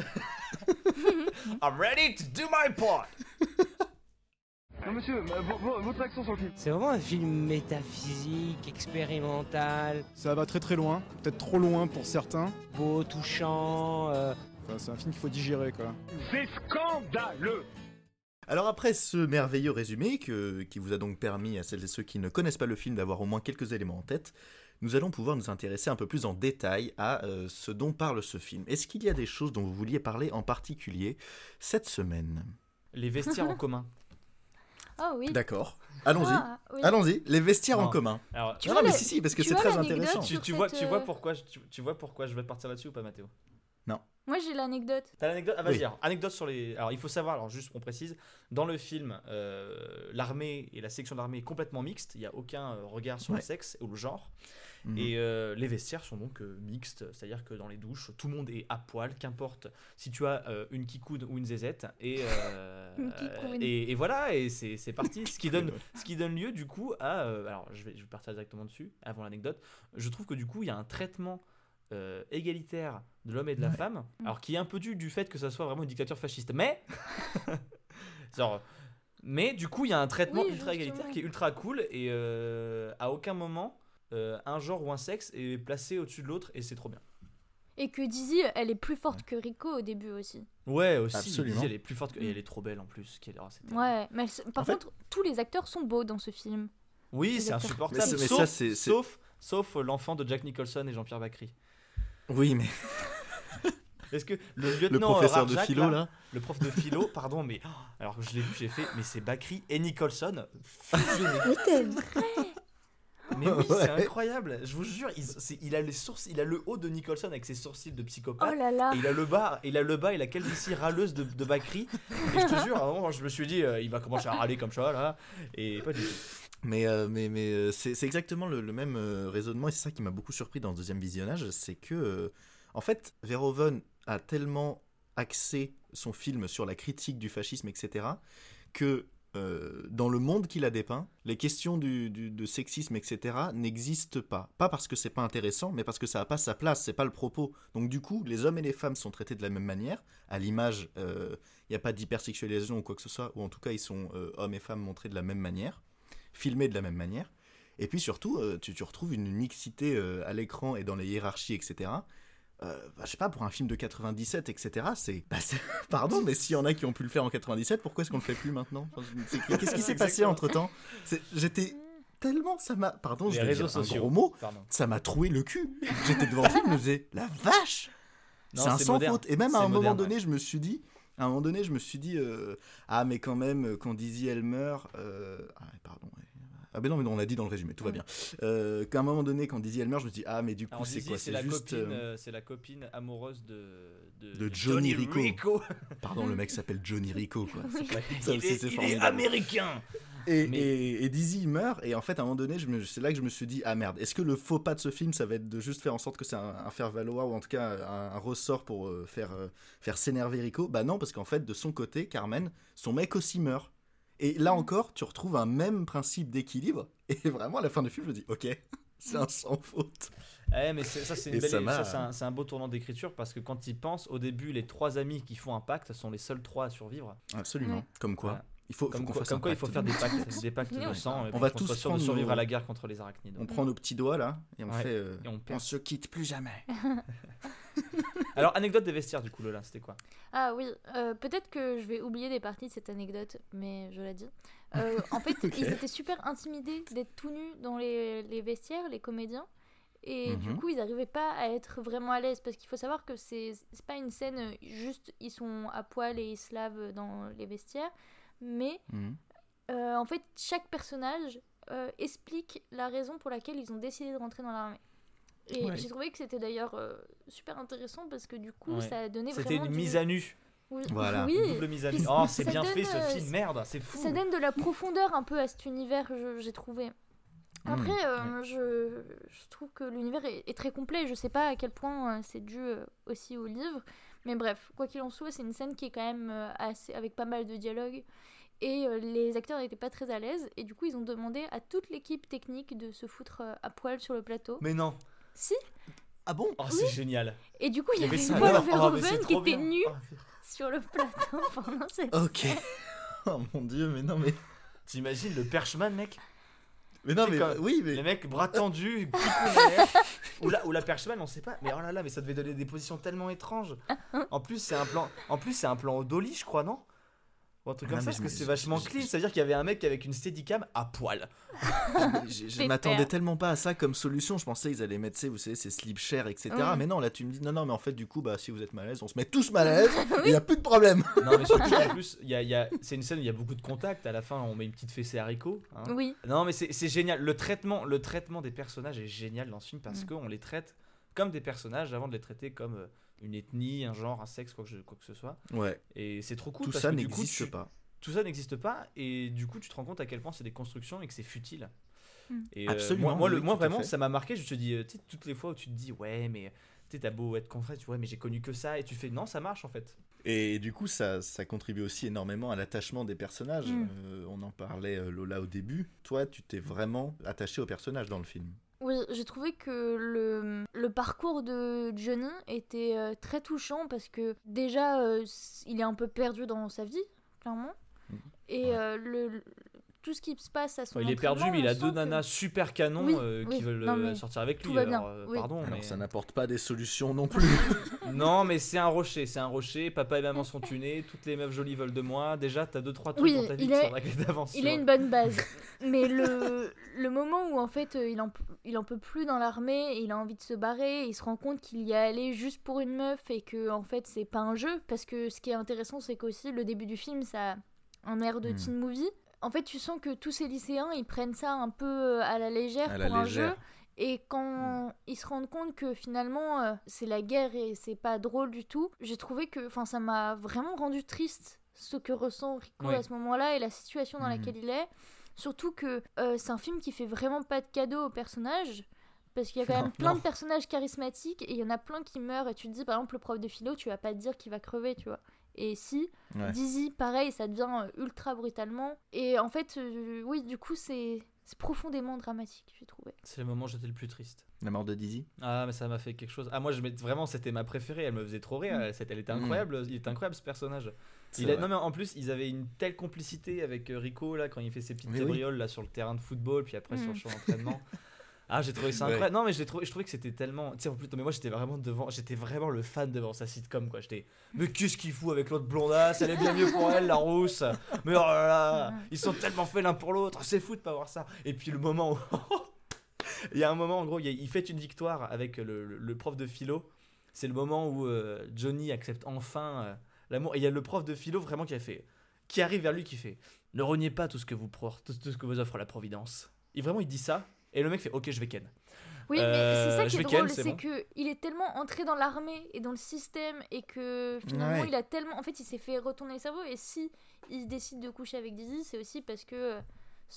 I'm ready to do my part. Non monsieur, votre action sur le film. C'est vraiment un film métaphysique, expérimental. Ça va très très loin, peut-être trop loin pour certains. Beau, touchant. Euh... Enfin, c'est un film qu'il faut digérer quoi. C'est scandaleux. Alors après ce merveilleux résumé que, qui vous a donc permis à celles et ceux qui ne connaissent pas le film d'avoir au moins quelques éléments en tête, nous allons pouvoir nous intéresser un peu plus en détail à euh, ce dont parle ce film. Est-ce qu'il y a des choses dont vous vouliez parler en particulier cette semaine ? Les vestiaires en commun. Ah oh, oui. D'accord. Allons-y. Ah, oui. Allons-y. Les vestiaires non. en commun. Alors, tu non, non, mais si, si, parce que c'est très intéressant. Tu, tu, vois, tu, vois pourquoi je, tu, tu vois pourquoi je vais partir là-dessus ou pas, Mathéo ? Non. Moi j'ai l'anecdote. T'as l'anecdote ? Ah vas-y, oui. alors, anecdote sur les... Alors il faut savoir, alors juste on précise, dans le film, euh, l'armée et la section d'armée est complètement mixte, il n'y a aucun euh, regard sur ouais. le sexe ou le genre. Mmh. Et euh, les vestiaires sont donc euh, mixtes, c'est-à-dire que dans les douches, tout le monde est à poil, qu'importe si tu as euh, une kikoune ou une zézette. Et, euh, euh, et, et voilà, et c'est, c'est parti. Ce qui, donne, ce qui donne lieu du coup à... Euh, alors je vais, je vais partir directement dessus, avant l'anecdote. Je trouve que du coup il y a un traitement... Euh, égalitaire de l'homme et de la ouais. femme, alors qui est un peu dû du fait que ça soit vraiment une dictature fasciste, mais genre, mais du coup il y a un traitement oui, ultra justement. égalitaire qui est ultra cool et euh, à aucun moment euh, un genre ou un sexe est placé au-dessus de l'autre et c'est trop bien. Et que Dizzy elle est plus forte que Rico au début aussi. Ouais aussi. Absolument. Dizzy elle est plus forte que... et elle est trop belle en plus. Qui est... oh, ouais mais par en contre fait... tous les acteurs sont beaux dans ce film. Oui les c'est acteurs. insupportable. Mais c'est, mais sauf, ça, c'est, c'est... sauf sauf l'enfant de Jack Nicholson et Jean-Pierre Bacri. Oui, mais Est-ce que le lieutenant Le professeur Rarjak, de philo, là Le prof de philo, pardon, mais oh, alors que je l'ai vu, j'ai fait, mais c'est Bakri et Nicholson fusionnés. Mais c'est vrai. Mais oui, Ouais. c'est incroyable. Je vous jure, il, c'est- il a les sourcils, il a le haut de Nicholson avec ses sourcils de psychopathe. Oh là là. Et il a le bas, il a le bas et la calvitie râleuse de, de Bakri. Et je te jure, à un moment, je me suis dit, euh, il va commencer à râler comme ça là, et pas du tout. Mais, euh, mais, mais euh, c'est, c'est exactement le, le même euh, raisonnement, et c'est ça qui m'a beaucoup surpris dans le deuxième visionnage, c'est que, euh, en fait, Verhoeven a tellement axé son film sur la critique du fascisme, et cetera, que euh, dans le monde qu'il a dépeint, les questions du, du, de sexisme, et cetera, n'existent pas. Pas parce que c'est pas intéressant, mais parce que ça n'a pas sa place, c'est pas le propos. Donc du coup, les hommes et les femmes sont traités de la même manière. À l'image, il euh, n'y a pas d'hypersexualisation ou quoi que ce soit, ou en tout cas, ils sont euh, hommes et femmes montrés de la même manière, filmés de la même manière. Et puis surtout, euh, tu, tu retrouves une mixité euh, à l'écran et dans les hiérarchies, et cetera. Euh, bah, je sais pas, pour un film de quatre-vingt-dix-sept, et cetera, c'est... Bah, c'est... Pardon, mais s'il y en a qui ont pu le faire en quatre-vingt-dix-sept, pourquoi est-ce qu'on le fait plus maintenant ? Enfin, c'est- Qu'est-ce qui s'est passé entre-temps ? C'est- J'étais tellement... Ça m'a... Pardon, Les je vais réseaux dire un sociaux. gros mot. Pardon. Ça m'a troué le cul. J'étais devant le film, je me disais, la vache ! Non, C'est un c'est sans moderne. faute. Et même à C'est un moment moderne, donné, ouais. je me suis dit... À un moment donné, je me suis dit... euh, Ah, mais quand même, quand Dizzy, elle meurt... euh, Ah, pardon, ouais. Ah ben non, mais non, on l'a dit dans le résumé, tout va bien. Euh, qu'à un moment donné, quand Dizzy elle meurt, je me dis ah mais du coup Alors, c'est Dizzy, quoi c'est C'est la juste copine, euh, euh, c'est la copine amoureuse de de, de Johnny, Rico. Rico. Pardon, le mec s'appelle Johnny Rico quoi. Oui. Ça Il aussi, est- c'est il est formidable. américain. Et, Mais- et, et Dizzy il meurt et en fait à un moment donné, je me, c'est là que je me suis dit ah merde, est-ce que le faux pas de ce film ça va être de juste faire en sorte que c'est un, un faire valoir ou en tout cas un, un ressort pour euh, faire euh, faire s'énerver Rico ? Bah non, parce qu'en fait de son côté, Carmen, son mec aussi meurt. Et là encore, tu retrouves un même principe d'équilibre. Et vraiment, à la fin du film, je me dis, ok, c'est un sans faute. Ouais, mais c'est- ça, c'est une Et belle- ça m'a- ça, c'est un, c'est un beau tournant d'écriture parce que quand ils pensent, au début, les trois amis qui font un pacte sont les seuls trois à survivre. Absolument. Ouais. Comme quoi, Voilà. il faut, faut Comme qu'on quoi, fasse comme un quoi il faut pacte. faire des pactes, des pactes de Ouais. sang. et On pour va qu'on tous soit sûr de prendre survivre nos- à la guerre contre les arachnides. On prend nos petits doigts là et on Ouais. fait. euh, Et on on perd. se quitte plus jamais. Alors, anecdote des vestiaires, du coup, Lola, c'était quoi ? Ah oui, euh, peut-être que je vais oublier des parties de cette anecdote, mais je la dis. Euh, en fait, Ok. ils étaient super intimidés d'être tout nus dans les, les vestiaires, les comédiens. Et du Mhm. coup, ils n'arrivaient pas à être vraiment à l'aise. Parce qu'il faut savoir que c'est c'est pas une scène euh, juste ils sont à poil et ils se lavent dans les vestiaires. Mais Mhm. euh, en fait, chaque personnage euh, explique la raison pour laquelle ils ont décidé de rentrer dans l'armée. Et Ouais. j'ai trouvé que c'était d'ailleurs euh, super intéressant parce que du coup, Ouais. ça a donné C'était vraiment une du- mise à nu. Oui. Voilà. Oui. Une double mise à nu. Puis Oh, c'est ça bien donne, fait ce euh, film, merde, c'est fou. Ça donne de la profondeur un peu à cet univers, je- j'ai trouvé. Après, Mmh. euh, je, je trouve que l'univers est, est très complet. Je sais pas à quel point euh, c'est dû euh, aussi au livre. Mais bref, quoi qu'il en soit, c'est une scène qui est quand même euh, assez, avec pas mal de dialogue. Et euh, les acteurs n'étaient pas très à l'aise. Et du coup, ils ont demandé à toute l'équipe technique de se foutre euh, à poil sur le plateau. Mais non. Si. Ah bon ? Oh, c'est génial. Et du coup, il y avait ça Paul alors. Oh, mais Verhoeven c'est qui trop était bien. nu Oh. sur le plateau pendant cette Ok. Oh mon dieu, mais non mais. T'imagines le perchman, mec ? Mais non C'est mais comme- oui mais. Les mecs, bras tendus, picou derrière. ou, la, ou la perchman, on sait pas. Mais oh là là, mais ça devait donner des positions tellement étranges. En plus, c'est un plan, en plus, c'est un plan au dolly, je crois, non ? Ou un truc Ah, comme ça, mais parce je que me- c'est je- vachement je- clean. je- C'est-à-dire qu'il y avait un mec avec une steadicam à poil. Je, je Pépère. m'attendais tellement pas à ça comme solution. Je pensais qu'ils allaient mettre, tu sais, vous savez, ces slip share, et cetera. Ouais. Mais non, là tu me dis non, non, mais en fait, du coup, bah si vous êtes mal à l'aise, on se met tous mal à l'aise. Il y a plus de problème. Non, mais surtout, en plus, il y a, il y a, c'est une scène où il y a beaucoup de contacts. À la fin, on met une petite fessée haricot. Hein. Oui. Non, mais c'est c'est génial. Le traitement, le traitement des personnages est génial dans ce film parce Mm. qu'on les traite comme des personnages avant de les traiter comme euh, une ethnie, un genre, un sexe, quoi que, je- quoi que ce soit. Ouais. Et c'est trop cool Tout parce ça que du coup, n'existe tu- pas. Tout ça n'existe pas et du coup, tu te rends compte à quel point c'est des constructions et que c'est futile. Mm. Et, euh, Absolument, moi, moi, le, oui, moi tout à vraiment, fait. ça m'a marqué. Je te dis, euh, tu sais, toutes les fois où tu te dis, ouais, mais tu sais, t'as beau être concret, tu vois, mais j'ai connu que ça et tu fais, non, ça marche en fait. Et du coup, ça, ça contribue aussi énormément à l'attachement des personnages. Mm. Euh, on en parlait, euh, Lola, au début. Toi, tu t'es vraiment attaché aux personnages dans le film. Oui, j'ai trouvé que le, le parcours de Johnny était euh, très touchant parce que déjà, euh, s- il est un peu perdu dans sa vie, clairement. Mhm. Et Ouais. euh, le, le- tout ce qui se passe à son Il est perdu, mais il a deux que... nanas super canons oui, euh, oui, qui veulent non, euh, sortir avec lui. tout va Alors, bien, euh, oui. pardon, Alors mais... ça n'apporte pas des solutions non plus. Non, mais c'est un rocher, c'est un rocher. Papa et maman sont tunés, toutes les meufs jolies veulent de moi. Déjà, t'as deux trois trucs Oui, dans ta vie il qui a- sont réglés d'avance. Il tu a vois. une bonne base. Mais le, le moment où en fait euh, il en, il en peut plus dans l'armée, et il a envie de se barrer, il se rend compte qu'il y est allé juste pour une meuf et que en fait c'est pas un jeu. Parce que ce qui est intéressant, c'est qu'aussi le début du film, ça a un air de Hmm. teen movie. En fait, tu sens que tous ces lycéens, ils prennent ça un peu à la légère À pour la un légère. jeu. Et quand ils se rendent compte que finalement euh, c'est la guerre et c'est pas drôle du tout, j'ai trouvé que enfin ça m'a vraiment rendu triste ce que ressent Rico Oui. à ce moment-là et la situation dans Mhm. laquelle il est. Surtout que euh, c'est un film qui fait vraiment pas de cadeau aux personnages. Parce qu'il y a quand même Non, plein non. de personnages charismatiques et il y en a plein qui meurent. Et tu te dis, par exemple, le prof de philo, tu vas pas te dire qu'il va crever, tu vois. Et si, Ouais. Dizzy, pareil, ça devient euh, ultra brutalement. Et en fait, euh, oui, du coup, c'est c'est profondément dramatique, j'ai trouvé. C'est le moment où j'étais le plus triste. La mort de Dizzy. Ah, mais ça m'a fait quelque chose. Ah, moi, je m'étais- vraiment, c'était ma préférée. Elle me faisait trop rire. Mm. Elle, c'était- elle était incroyable. Il était incroyable ce personnage. Il a- vrai. non, mais en plus, ils avaient une telle complicité avec euh, Rico là quand il fait ses petites Mais oui. cabrioles là sur le terrain de football, puis après sur Mm. le champ d'entraînement. Ah, j'ai trouvé ça Ouais. incroyable. Non, mais je l'ai trouvé, je trouvais que c'était tellement. Tu sais, en plus, non, mais moi, j'étais vraiment devant, j'étais vraiment le fan devant sa sitcom quoi. J'étais, mais qu'est-ce qu'il fout avec l'autre blondasse? Elle est bien mieux pour elle, la rousse. Mais oh là là, ils sont tellement faits l'un pour l'autre. C'est fou de pas voir ça. Et puis le moment où. Il y a un moment, en gros, il, y a- il fête une victoire avec le, le- le prof de philo. C'est le moment où euh, Johnny accepte enfin euh, l'amour. Et il y a le prof de philo vraiment qui a fait, qui arrive vers lui qui fait, ne reniez pas tout ce que vous pro- tout, tout ce que vous offre la providence. Et vraiment, il dit ça. Et le mec fait, ok, je vais ken. Oui, Euh, mais c'est ça je qui est vais drôle, ken, c'est c'est bon. que il est tellement entré dans l'armée et dans le système et que finalement Ouais. il a tellement, en fait, il s'est fait retourner le cerveau. Et si il décide de coucher avec Dizzy, c'est aussi parce que euh,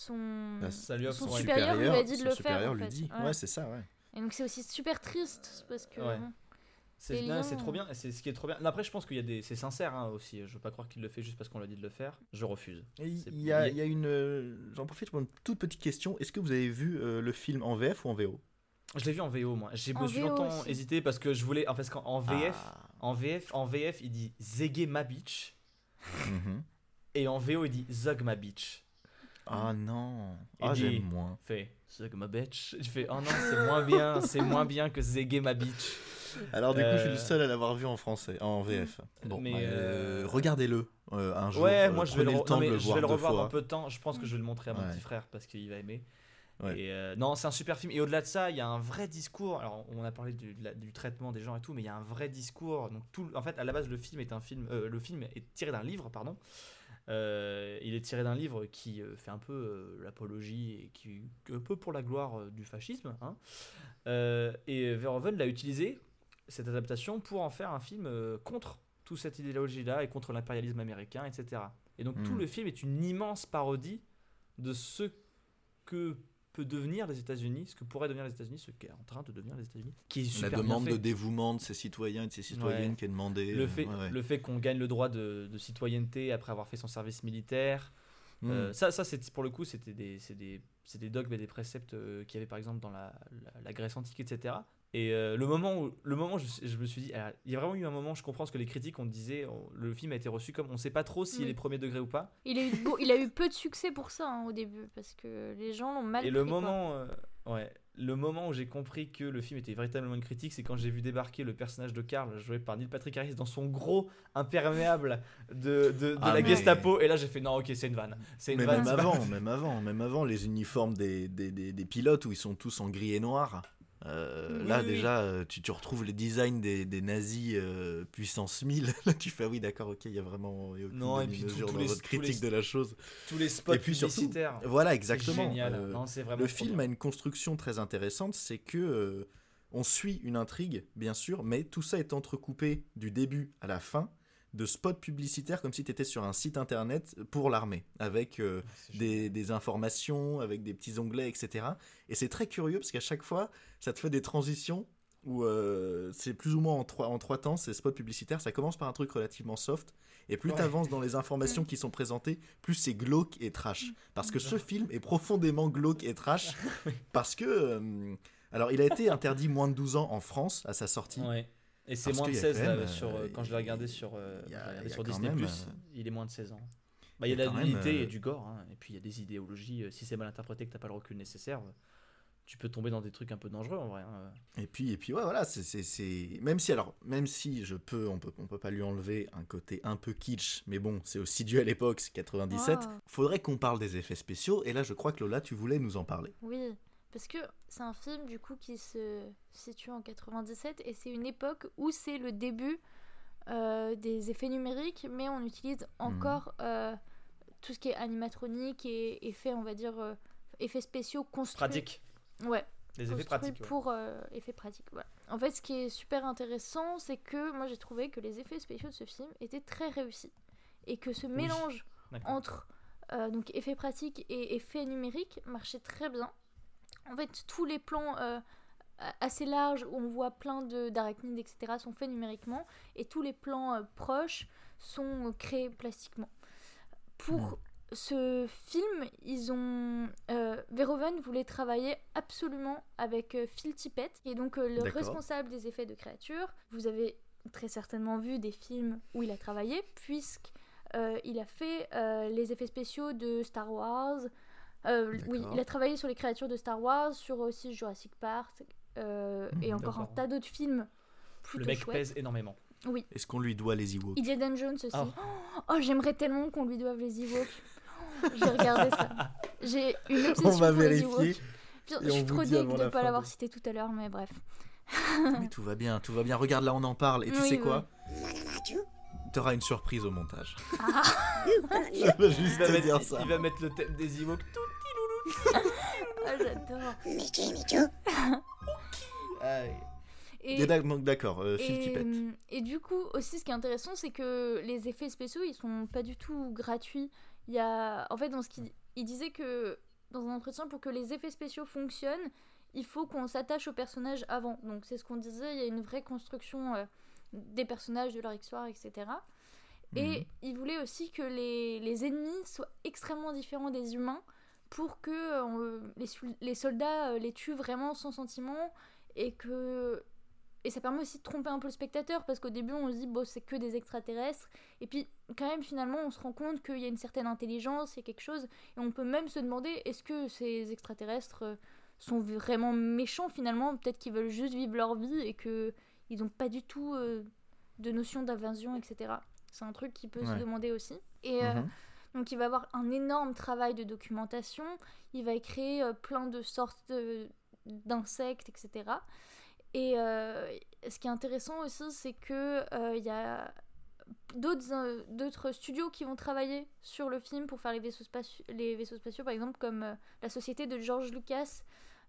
son Bah, Ça lui offre son son supérieur lui a dit son de le faire. supérieur en lui fait. dit. Ouais. Ouais, c'est ça, ouais. Et donc c'est aussi super triste parce que Ouais. bon, C'est, Les non, liens, c'est trop euh. bien. C'est ce qui est trop bien. Non, après, je pense qu'il y a des, c'est sincère hein, aussi. Je veux pas croire qu'il le fait juste parce qu'on lui a dit de le faire. Je refuse. Et C'est- Il y a, il y a une. euh, J'en profite pour une toute petite question. Est-ce que vous avez vu euh, le film en V F ou en V O? Je l'ai vu en V O moi. J'ai En me suis V O longtemps aussi. hésité parce que je voulais. En fait, qu'en- en V F, Ah. en V F, en V F, il dit Zege ma bitch Mhm. et en V O il dit Zug ma bitch. Ah non. Il Ah, dit- j'aime moins. Fait Zug ma bitch. Je fais oh non c'est moins bien, c'est moins bien que Zege ma bitch. Alors, du coup, je suis le Euh, seul à l'avoir vu en français, en V F. Bon, Mais, bah, euh, euh, regardez-le euh, un jour. Ouais, euh, moi je vais le, prenez re- le temps non, de mais le je voir vais le deux revoir fois. dans peu de temps. Je pense que je vais le montrer à mon Ouais. petit frère parce qu'il va aimer. Ouais. Et euh, non, c'est un super film. Et au-delà de ça, il y a un vrai discours. Alors, on a parlé du, de la- du traitement des gens et tout, mais il y a un vrai discours. Donc, tout, en fait, à la base, le film est un film. euh, le film est tiré d'un livre, pardon. Euh, il est tiré d'un livre qui euh, fait un peu euh, l'apologie et qui un peu pour la gloire euh, du fascisme. Hein. Euh, et Verhoeven l'a utilisé cette adaptation pour en faire un film euh, contre toute cette idéologie-là et contre l'impérialisme américain, et cetera. Et donc, Mm. tout le film est une immense parodie de ce que peut devenir les États-Unis, ce que pourrait devenir les États-Unis, ce qu'est en train de devenir les États-Unis, qui est La super bien demande fait. de dévouement de ses citoyens et de ses citoyennes Ouais. qui est demandée. Le euh, fait, ouais, ouais. le fait qu'on gagne le droit de, de citoyenneté après avoir fait son service militaire. Mm. Euh, ça, ça c'est, pour le coup, c'était des, c'est des, c'est des dogmes et des préceptes euh, qu'il y avait par exemple dans la, la, la Grèce antique, et cetera. Et euh, le moment où, le moment où je, je me suis dit, alors, il y a vraiment eu un moment, je comprends ce que les critiques, on disait, on- le film a été reçu comme, on sait pas trop s'il Oui. est premier degré ou pas. il a eu beau- il a eu peu de succès pour ça hein, au début parce que les gens l'ont mal Et pris. le quoi. moment, euh, ouais, le moment où j'ai compris que le film était véritablement une critique, c'est quand j'ai vu débarquer le personnage de Karl, joué par Neil Patrick Harris, dans son gros imperméable de, de, de Ah, la mais- Gestapo. Et là, j'ai fait non, ok, c'est une vanne. C'est une Mais vanne. même c'est pas- avant, même avant, même avant, les uniformes des, des, des, des pilotes où ils sont tous en gris et noir. Euh, Oui, là oui, oui. déjà, euh, tu, tu retrouves les designs des, des nazis euh, puissance mille. Là, tu fais ah oui, d'accord, ok, il y a vraiment il y a aucune Non, et puis demi-mesure tous- tous dans les- votre tous critique les- de la chose. Tous les spots Et puis surtout, publicitaires. voilà, C'est exactement. génial. Euh, Non, c'est vraiment le trop film bien. a une construction très intéressante, c'est que euh, on suit une intrigue, bien sûr, mais tout ça est entrecoupé du début à la fin de spots publicitaires comme si tu étais sur un site internet pour l'armée, avec euh, des, des informations, avec des petits onglets, et cetera. Et c'est très curieux parce qu'à chaque fois, ça te fait des transitions où euh, c'est plus ou moins en trois, en trois temps, ces spots publicitaires. Ça commence par un truc relativement soft, et plus Ouais. tu avances dans les informations qui sont présentées, plus c'est glauque et trash. Parce que ce film est profondément glauque et trash, parce que... euh, alors, il a été interdit moins de douze ans en France à sa sortie. Ouais. Et c'est Parce moins de qu'il y a seize quand là, même, sur, euh, euh, quand je l'ai regardé sur, euh, il y a- j'ai regardé il y a sur quand Disney+, même, plus, euh, il est moins de seize ans. Bah, il y a de Et la quand nudité même, euh, et du gore, hein, et puis il y a des idéologies. euh, Si c'est mal interprété, que t'as pas le recul nécessaire, euh, tu peux tomber dans des trucs un peu dangereux en vrai. hein. Et puis, et puis ouais, voilà, c'est, c'est, c'est... Même si, alors, même si je peux, on peut, on peut pas lui enlever un côté un peu kitsch, mais bon, c'est aussi dû à l'époque, c'est quatre-vingt-dix-sept, Wow. faudrait qu'on parle des effets spéciaux, et là, je crois que Lola, tu voulais nous en parler. Oui, parce que c'est un film du coup qui se situe en quatre-vingt-dix-sept et c'est une époque où c'est le début euh, des effets numériques, mais on utilise encore euh, tout ce qui est animatronique et effets, on va dire, euh, effets spéciaux construits. Pratique. Ouais. Les effets construits pratiques. ouais. pour euh, effets pratiques. Voilà. En fait, ce qui est super intéressant, c'est que moi j'ai trouvé que les effets spéciaux de ce film étaient très réussis et que ce Oui. mélange D'accord. entre euh, donc effets pratiques et effets numériques marchait très bien. En fait, tous les plans euh, assez larges où on voit plein de, d'arachnides, et cetera sont faits numériquement et tous les plans euh, proches sont euh, créés plastiquement. Pour Mmh. ce film, ils ont euh, Verhoeven voulait travailler absolument avec euh, Phil Tippett, qui est donc euh, le D'accord. responsable des effets de créatures. Vous avez très certainement vu des films où il a travaillé, puisque euh, il a fait euh, les effets spéciaux de Star Wars. Euh, oui, D'accord. il a travaillé sur les créatures de Star Wars, sur aussi Jurassic Park euh, et encore un D'accord. tas d'autres films plutôt Le mec chouettes. pèse énormément. Oui. Est-ce qu'on lui doit les Ewoks? Indiana Jones aussi. Oh. Oh, j'aimerais tellement qu'on lui doive les Ewoks. Oh, j'ai regardé ça. J'ai une obsession On va pour les vérifier. Ewoks. Pire, et je on suis vous trop dit deg avant de la ne pas fin l'avoir de- cité tout à l'heure, mais bref. Mais tout va bien, tout va bien. Regarde, là, on en parle. Et tu Oui, sais oui. quoi? T'auras une surprise au montage. Ah. Je vais juste Il va, te mettre, dire ça. il va mettre le thème des Ewoks tout Ah, j'adore. Aïe. Et, Et d'ac- donc, D'accord, euh, Phil et, Tippett. et du coup, aussi, ce qui est intéressant, c'est que les effets spéciaux, ils sont pas du tout gratuits. Il y a... En fait, dans ce qu'il il disait que, dans un entretien, pour que les effets spéciaux fonctionnent, il faut qu'on s'attache aux personnages avant. Donc, c'est ce qu'on disait, il y a une vraie construction euh, des personnages, de leur histoire, et cetera. Et Mhm. il voulait aussi que les, les ennemis soient extrêmement différents des humains pour que euh, on- les, sul- les soldats euh, les tuent vraiment sans sentiment et que... Et ça permet aussi de tromper un peu le spectateur parce qu'au début on se dit bon c'est que des extraterrestres et puis quand même finalement on se rend compte qu'il y a une certaine intelligence, il y a quelque chose et on peut même se demander est-ce que ces extraterrestres euh, sont vraiment méchants finalement, peut-être qu'ils veulent juste vivre leur vie et qu'ils n'ont pas du tout euh, de notion d'invasion, et cetera. C'est un truc qui peut se Ouais. demander aussi. Et euh, Mhm. donc il va avoir un énorme travail de documentation, il va créer euh, plein de sortes de- d'insectes, et cetera. Et euh, ce qui est intéressant aussi, c'est que euh, il y a d'autres euh, d'autres studios qui vont travailler sur le film pour faire les vaisseaux spatiaux, les vaisseaux spatiaux par exemple comme euh, la société de George Lucas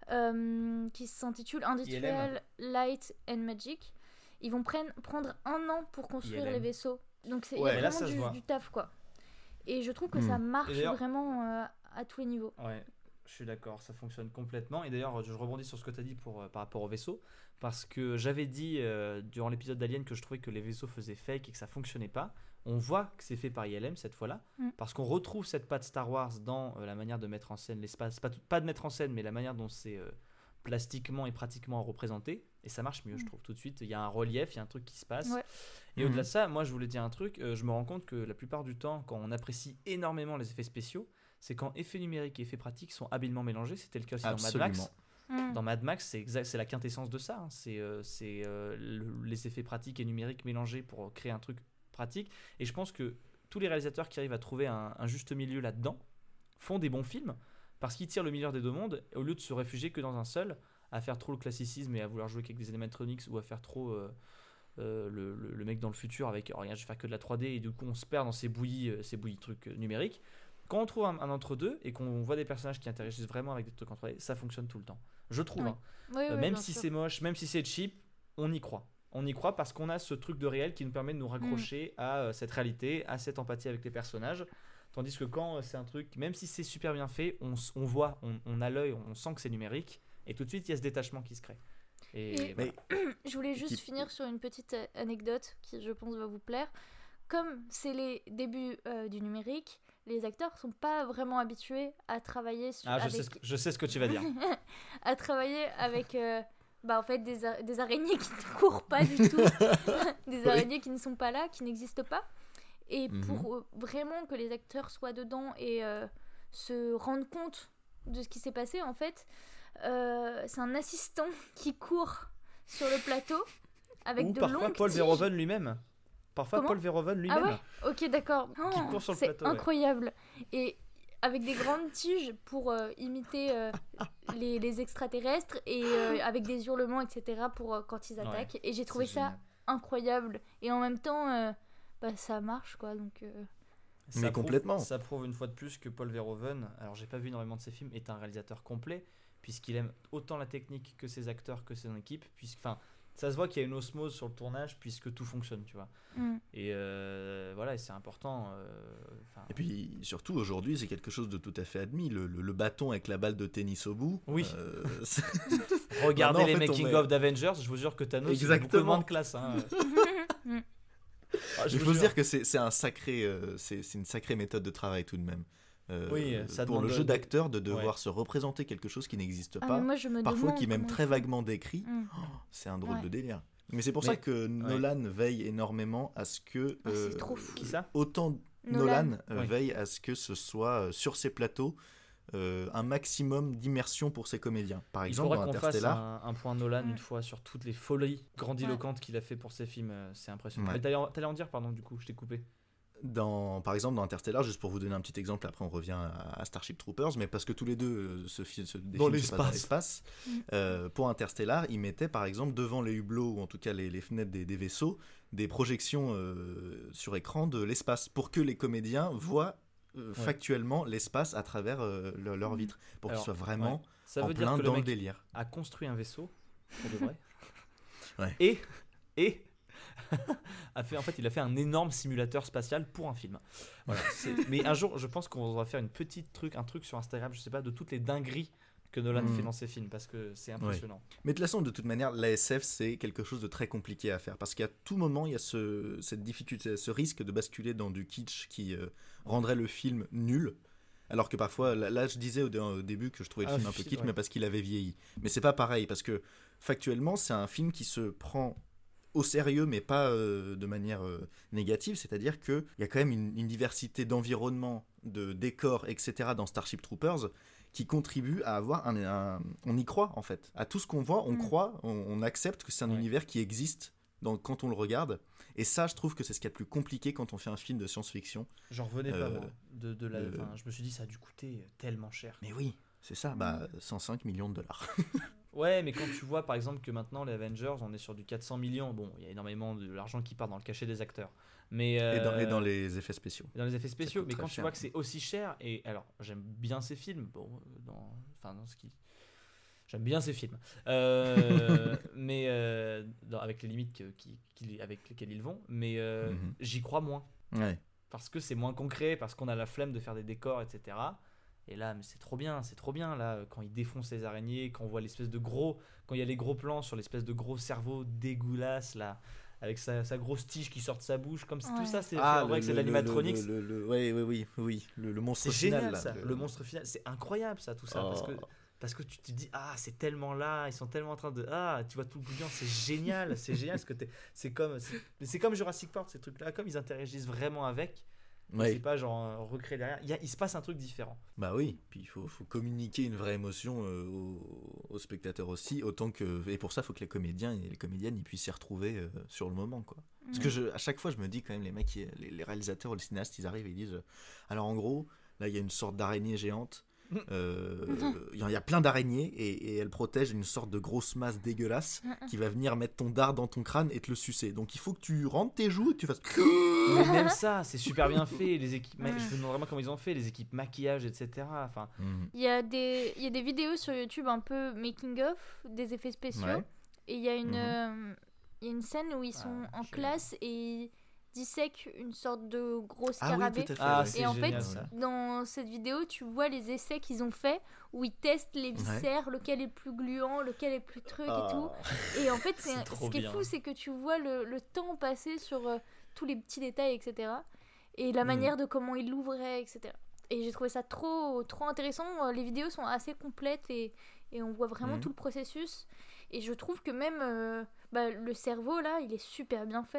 euh, qui s'intitule Industrial Light and Magic. Ils vont prenne- prendre un an pour construire I L M. les vaisseaux. Donc c'est il Ouais, y a et là, vraiment ça se du, voit. du taf quoi. Et je trouve que Mm. ça marche Et d'ailleurs- vraiment euh, à tous les niveaux. Ouais, je suis d'accord, ça fonctionne complètement. Et d'ailleurs, je rebondis sur ce que tu as dit pour, euh, par rapport au vaisseau. Parce que j'avais dit euh, durant l'épisode d'Alien que je trouvais que les vaisseaux faisaient fake et que ça fonctionnait pas. On voit que c'est fait par I L M cette fois-là. Mm. Parce qu'on retrouve cette patte Star Wars dans euh, la manière de mettre en scène l'espace. Pas, tout- pas de mettre en scène, mais la manière dont c'est euh, plastiquement et pratiquement représenté. Et ça marche mieux, je Mm. trouve. Tout de suite, il y a un relief, il y a un truc qui se passe. Ouais. Et Mhm. au-delà de ça, moi je voulais dire un truc. euh, je me rends compte que la plupart du temps, quand on apprécie énormément les effets spéciaux, c'est quand effets numériques et effets pratiques sont habilement mélangés. C'était le cas aussi dans Mad Absolument. Max. Mm. Dans Mad Max, c'est exact, c'est la quintessence de ça. hein. C'est euh, c'est, euh, le- les effets pratiques et numériques mélangés pour créer un truc pratique. Et je pense que tous les réalisateurs qui arrivent à trouver un, un juste milieu là-dedans font des bons films parce qu'ils tirent le meilleur des deux mondes au lieu de se réfugier que dans un seul, à faire trop le classicisme et à vouloir jouer qu'avec des animatronics ou à faire trop euh, euh, le, le- le mec dans le futur avec oh, regarde, je vais faire que de la trois D et du coup on se perd dans ces bouillies, euh, ces bouillies trucs euh, numériques. Quand on trouve un, un entre-deux et qu'on voit des personnages qui interagissent vraiment avec des trucs en trois D, ça fonctionne tout le temps. Je trouve. Oui. hein. Oui, Euh, oui, même bien si sûr. c'est moche, même si c'est cheap, on y croit. On y croit parce qu'on a ce truc de réel qui nous permet de nous raccrocher à euh, cette réalité, à cette empathie avec les personnages. Tandis que quand euh, c'est un truc, même si c'est super bien fait, on, s- on voit, on, on a l'œil, on sent que c'est numérique, et tout de suite il y a ce détachement qui se crée. Et, Et- voilà. Je voulais juste Qui- finir sur une petite euh, anecdote qui, je pense, va vous plaire. Comme c'est les débuts euh, du numérique, les acteurs sont pas vraiment habitués à travailler sur, Ah, je, avec... sais ce que, je sais ce que tu vas dire. à travailler avec euh, bah, en fait, des, a- des araignées qui ne courent pas du tout, des araignées qui ne sont pas là, qui n'existent pas. Et Mhm. pour euh, vraiment que les acteurs soient dedans et euh, se rendent compte de ce qui s'est passé, en fait, euh, c'est un assistant qui court sur le plateau avec Ou de parfois longues Paul tiges. Verhoeven lui-même. Parfois Comment Paul Verhoeven Ah lui-même. ouais, ok, d'accord. Qui Oh, court sur le c'est plateau, ouais. incroyable. Et avec des grandes tiges pour euh, imiter euh, les, les extraterrestres et euh, avec des hurlements, et cetera pour euh, quand ils attaquent. Ouais, et j'ai trouvé c'est ça génial. incroyable. Et en même temps, euh, bah, ça marche, quoi. Donc, euh, Ça Mais prouve- complètement. Ça prouve une fois de plus que Paul Verhoeven, alors j'ai pas vu énormément de ses films, est un réalisateur complet, puisqu'il aime autant la technique que ses acteurs, que son équipe, puisque, enfin, ça se voit qu'il y a une osmose sur le tournage, puisque tout fonctionne, tu vois. Mm. Et euh, voilà, et c'est important. euh, enfin, Et puis surtout aujourd'hui, c'est quelque chose de tout à fait admis. Le, le- le bâton avec la balle de tennis au bout. Oui. euh, c'est- Regardez Maintenant, en les fait, on making met- of d'Avengers, je vous jure que Thanos il a beaucoup Exactement. moins de classe. Hein. Ah, je Il vous faut se jure. dire que c'est c'est un sacré, euh, c'est c'est une sacrée méthode de travail tout de même. Euh, Oui, ça pour demande le de- jeu d'acteur de devoir ouais. se représenter quelque chose qui n'existe Ah, pas, mais moi, je me parfois demande qui est même comment très ils font. vaguement décrit. Mm. Oh, c'est un drôle Ouais. de délire. Mais c'est pour Mais- ça que Nolan veille énormément à ce que Ah, c'est euh, trop fou. Qui ça autant Nolan. Nolan, euh, Oui. veille à ce que ce soit euh, sur ses plateaux euh, un maximum d'immersion pour ses comédiens. Par Il exemple, faudra dans qu'on fasse Interstellar. un, un point Nolan Mm. une fois sur toutes les folies grandiloquentes qu'il a fait pour ses films. euh, C'est impressionnant. Ouais. Mais T'allais en, t'allais en dire, pardon, du coup, je t'ai coupé. Dans, par exemple, dans Interstellar, juste pour vous donner un petit exemple, après on revient à, à Starship Troopers, mais parce que tous les deux euh, se, fi- se des Dans films se passent dans l'espace. l'espace, euh, pour Interstellar, ils mettaient par exemple devant les hublots, ou en tout cas les, les fenêtres des, des vaisseaux, des projections euh, sur écran de l'espace, pour que les comédiens voient euh, factuellement l'espace à travers euh, leur, leur vitre, pour Alors, qu'ils soient vraiment ouais. Ça en veut dire plein que le dans le mec délire. a construit un vaisseau, pour de vrai. Ouais. Et, et a fait, en fait, il a fait un énorme simulateur spatial pour un film. Voilà, c'est- mais un jour, je pense qu'on va faire une petite truc, un truc sur Instagram, je sais pas, de toutes les dingueries que Nolan Mm. fait dans ses films, parce que c'est impressionnant. Mais de toute façon, de toute manière, l'A S F, c'est quelque chose de très compliqué à faire. Parce qu'à tout moment, il y a ce, cette difficulté, ce risque de basculer dans du kitsch qui euh, rendrait le film nul. Alors que parfois, là, là, je disais au, dé- au début que je trouvais le Un film un peu fi- kitsch, ouais. mais parce qu'il avait vieilli. Mais c'est pas pareil, parce que factuellement, c'est un film qui se prend au sérieux, mais pas euh, de manière euh, négative. C'est-à-dire qu'il y a quand même une, une diversité d'environnements, de décors, et cetera dans Starship Troopers qui contribue à avoir un, un- on y croit en fait à tout ce qu'on voit, on Mm. croit, on, on accepte que c'est un Ouais. univers qui existe dans, quand on le regarde, et ça je trouve que c'est ce qu'il y a de plus compliqué quand on fait un film de science-fiction. J'en revenais pas, Euh, moi. De, de la, de- enfin, je me suis dit, ça a dû coûter tellement cher. Mais oui, c'est ça, bah cent cinq millions de dollars. Ouais, mais quand tu vois par exemple que maintenant les Avengers, on est sur du quatre cents millions, bon, il y a énormément de l'argent qui part dans le cachet des acteurs. Mais, Et, dans, et euh, dans les effets spéciaux. et dans les effets spéciaux, coûte mais très quand tu cher. vois que c'est aussi cher, et alors j'aime bien ces films, bon, euh, dans, enfin dans ce qui, j'aime bien ces films, Euh, mais euh, dans- avec les limites que- qui, qui- avec lesquelles ils vont, mais euh, Mhm. j'y crois moins Ouais. parce que c'est moins concret, parce qu'on a la flemme de faire des décors, et cetera. Et là, mais c'est trop bien, c'est trop bien là quand ils défoncent les araignées, quand on voit l'espèce de gros, quand il y a les gros plans sur l'espèce de gros cerveau dégueulasse là, avec sa, sa grosse tige qui sort de sa bouche, comme si Ouais. tout ça c'est Ah, fait en vrai que c'est de l'animatronics. Le, le, le, ouais, ouais, oui, oui, le, le monstre C'est final. génial là, ça, le... monstre final, c'est incroyable ça, tout ça, parce que Oh. parce que tu te dis ah c'est tellement là, ils sont tellement en train de ah tu vois tout le bouillon, c'est génial, c'est génial parce que t'es- c'est comme c'est mais c'est comme Jurassic Park ces trucs là, comme ils interagissent vraiment avec. Ouais. C'est pas genre euh, recréer derrière. Il, y a, il se passe un truc différent. Bah oui, puis il faut, faut communiquer une vraie émotion euh, aux, aux spectateurs aussi, autant que et pour ça, il faut que les comédiens et les comédiennes ils puissent s'y retrouver euh, sur le moment, quoi. Parce que je, à chaque fois, je me dis quand même les mecs, ils- les, les réalisateurs ou les cinéastes, ils arrivent et ils disent, euh, alors en gros, là, il y a une sorte d'araignée géante. euh, Il y a- il y a plein d'araignées et, et elle protège une sorte de grosse masse dégueulasse qui va venir mettre ton dard dans ton crâne et te le sucer. Donc il faut que tu rentres tes joues et que tu fasses. Mais même ça, c'est super bien fait. Les équipes, ma- je me demande vraiment comment ils ont fait, les équipes maquillage, et cetera. Enfin, Il y a des, il y a des vidéos sur YouTube un peu making of des effets spéciaux. Ouais. Et il y a une, Mhm. euh, il y a une scène où ils sont en classe et ils dissèquent une sorte de gros Ah oui, scarabée. tout à fait, Ah, ouais. c'est Et en génial, fait, ça. dans cette vidéo, tu vois les essais qu'ils ont fait où ils testent les viscères, lequel est le plus gluant, lequel est le plus truc Ah. et tout. Et en fait, c'est C'est un- trop ce qui est bien. fou, c'est que tu vois le, le temps passer sur euh, tous les petits détails, et cetera. Et la Mm. manière de comment ils l'ouvraient, et cetera. Et j'ai trouvé ça trop, trop intéressant. Euh, Les vidéos sont assez complètes et, et on voit vraiment Mhm. tout le processus. Et je trouve que même euh, bah, le cerveau, là, il est super bien fait.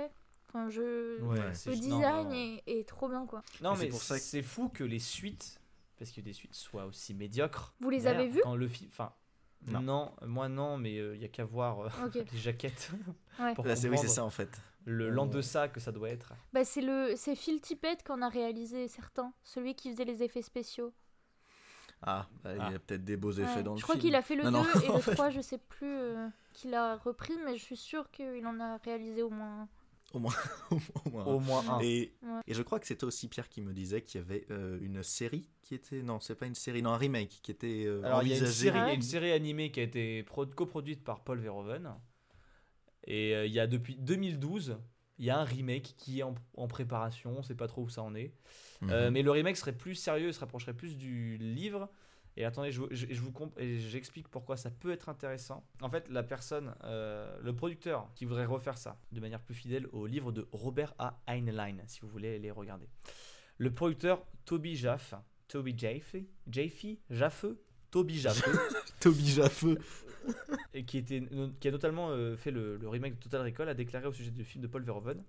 Enfin, je... Ouais, le c'est- design non, non. Est, est trop bien, quoi. Non, Et mais c'est pour ça que- c'est fou que les suites, parce que des suites soient aussi médiocres. Vous les D'ailleurs, avez vues Quand le film, enfin, Non. non. moi non, mais il y a qu'à voir euh, Ok. les jaquettes Ouais. pour Là, c'est, oui, c'est comprendre ça en fait. le Euh, l'en-deçà que ça doit être. Bah, c'est le... c'est Phil Tippett qu'on a réalisé certains. Celui qui faisait les effets spéciaux. Ah, bah, il Ah. y a peut-être des beaux effets Ouais. dans le Je crois film. qu'il a fait le Non, non, deux et en le fait, trois, je sais plus euh, qu'il a repris, mais je suis sûre qu'il en a réalisé au moins un. Au moins, au moins. Au moins un. Et, Ouais. et je crois que c'était aussi Pierre qui me disait qu'il y avait euh, une série qui était... Non, c'est pas une série, non, un remake qui était euh, Alors, il y a une envisagé. série, il y a une série animée qui a été pro- coproduite par Paul Verhoeven. Et euh, il y a depuis deux mille douze, il y a un remake qui est en, en préparation. On ne sait pas trop où ça en est. Euh, Mhm. mais le remake serait plus sérieux, se rapprocherait plus du livre. Et attendez, je, vous- je, je vous comp- et j'explique pourquoi ça peut être intéressant. En fait, la personne, euh, le producteur qui voudrait refaire ça de manière plus fidèle au livre de Robert A. Heinlein, si vous voulez les regarder. Le producteur Toby Jaffe, Toby Jaffe, Jaffe, Jaffe, Toby Jaffe, Toby Jaffe. et qui, était, qui a notamment euh, fait le, le remake de Total Recall, a déclaré au sujet du film de Paul Verhoeven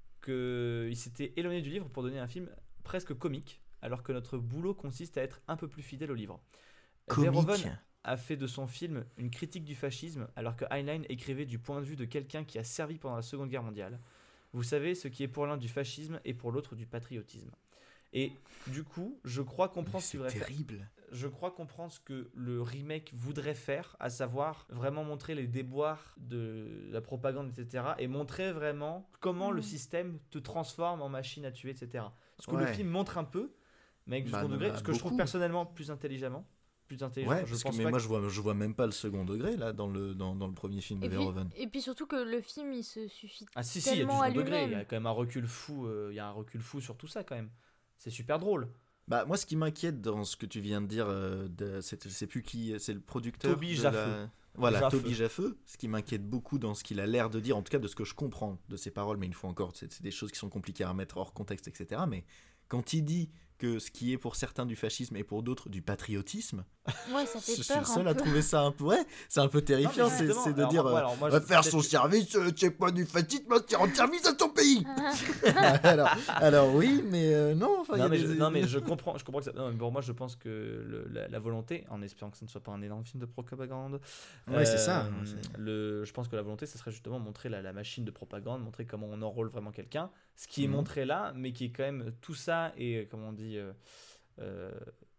qu'il s'était éloigné du livre pour donner un film presque comique, alors que notre boulot consiste à être un peu plus fidèle au livre. Comique. Verhoeven a fait de son film une critique du fascisme, alors que Heinlein écrivait du point de vue de quelqu'un qui a servi pendant la Seconde Guerre mondiale. Vous savez, ce qui est pour l'un du fascisme et pour l'autre du patriotisme. Et du coup, je crois comprendre ce qu'il C'est voudrait faire. terrible. Je crois comprendre ce que le remake voudrait faire, à savoir vraiment montrer les déboires de la propagande, et cetera. Et montrer vraiment comment Mm. le système te transforme en machine à tuer, et cetera. Ce que le Ouais. film montre un peu, mais avec du Bah, second non, degré, bah, ce que je trouve beaucoup. personnellement plus intelligemment. Plus intelligent. Ouais, je parce que pense mais pas moi que- je vois, je vois même pas le second degré là dans le, dans, dans le premier film de Et puis, Verhoeven. et puis surtout que le film, il se suffit Ah si, si, il y a du tellement à second degré. Il y a lui-même. quand même un recul fou. euh, Il y a un recul fou sur tout ça quand même. C'est super drôle. Bah moi ce qui m'inquiète dans ce que tu viens de dire, euh, de, c'est, je sais plus qui, c'est le producteur. Toby de Jaffe. la- Voilà, Jaffe. Toby Jaffe. Ce qui m'inquiète beaucoup dans ce qu'il a l'air de dire, en tout cas de ce que je comprends de ses paroles, mais une fois encore, c'est, c'est des choses qui sont compliquées à mettre hors contexte, et cetera. Mais quand il dit que ce qui est pour certains du fascisme et pour d'autres du patriotisme, Ouais, ça fait je suis peur le seul un à peu. trouver ça un peu, ouais, c'est un peu terrifiant, Non, mais c'est, justement, c'est de alors, dire, moi, euh, alors, moi, va je- faire peut-être son que- service, euh, c'est pas du fascisme, c'est rendre service à son pays. alors, alors oui, mais euh, non, enfin, il y Non a mais, des- je, non mais je comprends, je comprends que ça, non, mais pour moi je pense que le- la, la volonté, en espérant que ce ne soit pas un énorme film de propagande, Ouais, c'est ça. euh, C'est- le, je pense que la volonté, ce serait justement montrer la, la machine de propagande, montrer comment on enrôle vraiment quelqu'un, ce qui est Mhm. montré là, mais qui est quand même tout ça et comment on dit. euh, euh,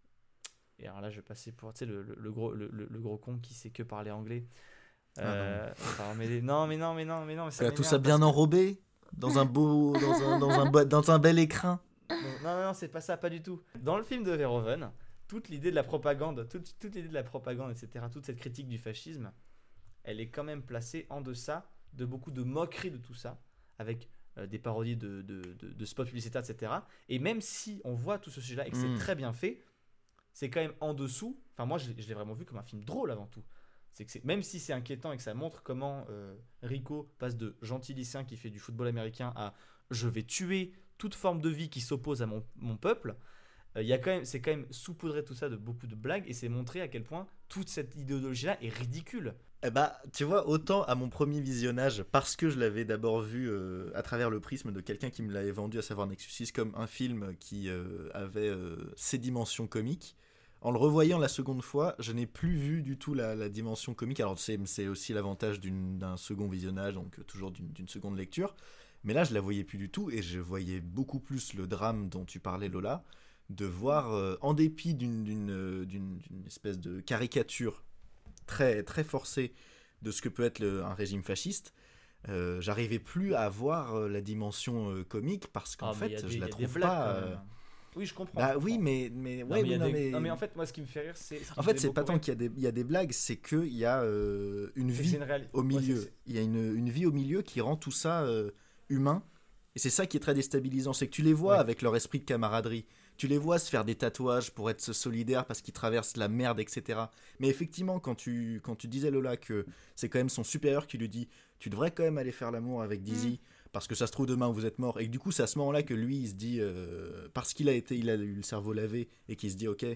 et alors là, je vais passer pour tu sais, le, le, le gros, le, le- le gros con qui sait que parler anglais. Ah non. Euh, enfin, mais les- non, mais non, mais non, mais non, mais ça Voilà, tout m'énerve ça bien parce que- enrobé dans un beau, dans un, dans un, bo- dans un bel écrin. Non, non, non, c'est pas ça, pas du tout. Dans le film de Verhoeven, toute l'idée de la propagande, toute, toute l'idée de la propagande, et cetera, toute cette critique du fascisme, elle est quand même placée en deçà de beaucoup de moqueries de tout ça, avec euh, des parodies de, de, de, de spots publicitaires, et cetera. Et même si on voit tout ce sujet-là et que Mm. c'est très bien fait, c'est quand même en dessous. Enfin, moi, je, l'ai- je l'ai vraiment vu comme un film drôle avant tout. C'est que c'est, même si c'est inquiétant et que ça montre comment euh, Rico passe de gentil lycéen qui fait du football américain à je vais tuer toute forme de vie qui s'oppose à mon, mon peuple, euh, il y a quand même, c'est quand même saupoudré tout ça de beaucoup de blagues et c'est montré à quel point toute cette idéologie-là est ridicule. Eh bah, tu vois, autant à mon premier visionnage, parce que je l'avais d'abord vu euh, à travers le prisme de quelqu'un qui me l'avait vendu, à savoir Nexus six, comme un film qui euh, avait euh, ses dimensions comiques. En le revoyant la seconde fois, je n'ai plus vu du tout la, la dimension comique. Alors, c'est, c'est aussi l'avantage d'une, d'un second visionnage, donc euh, toujours d'une, d'une seconde lecture. Mais là, je la voyais plus du tout et je voyais beaucoup plus le drame dont tu parlais, Lola, de voir, euh, en dépit d'une, d'une, euh, d'une, d'une espèce de caricature très, très forcée de ce que peut être le, un régime fasciste, euh, j'arrivais plus à voir euh, la dimension euh, comique parce qu'en Ah, mais il y a fait, des- je il y la a des trouve blagues, pas. quand même. euh, Oui, je comprends. Bah je oui, comprends. mais, mais, Non, ouais, mais il y a non, des- mais... non, mais en fait, moi, ce qui me fait rire, c'est. ce qui En me fait, fait c'est pas beaucoup tant rire- qu'il y a des, il y a des blagues, c'est qu'il y a euh, une C'est que vie c'est une réali- au ouais, milieu. c'est- c'est- Il y a une, une vie au milieu qui rend tout ça euh, humain. Et c'est ça qui est très déstabilisant. C'est que tu les vois Ouais. avec leur esprit de camaraderie. Tu les vois se faire des tatouages pour être solidaires parce qu'ils traversent la merde, et cetera. Mais effectivement, quand tu, quand tu disais, Lola, que c'est quand même son supérieur qui lui dit « Tu devrais quand même aller faire l'amour avec Dizzy, parce que ça se trouve demain vous êtes mort. » Et que du coup, c'est à ce moment-là que lui, il se dit, euh, parce qu'il a, été, il a eu le cerveau lavé, et qu'il se dit « Ok,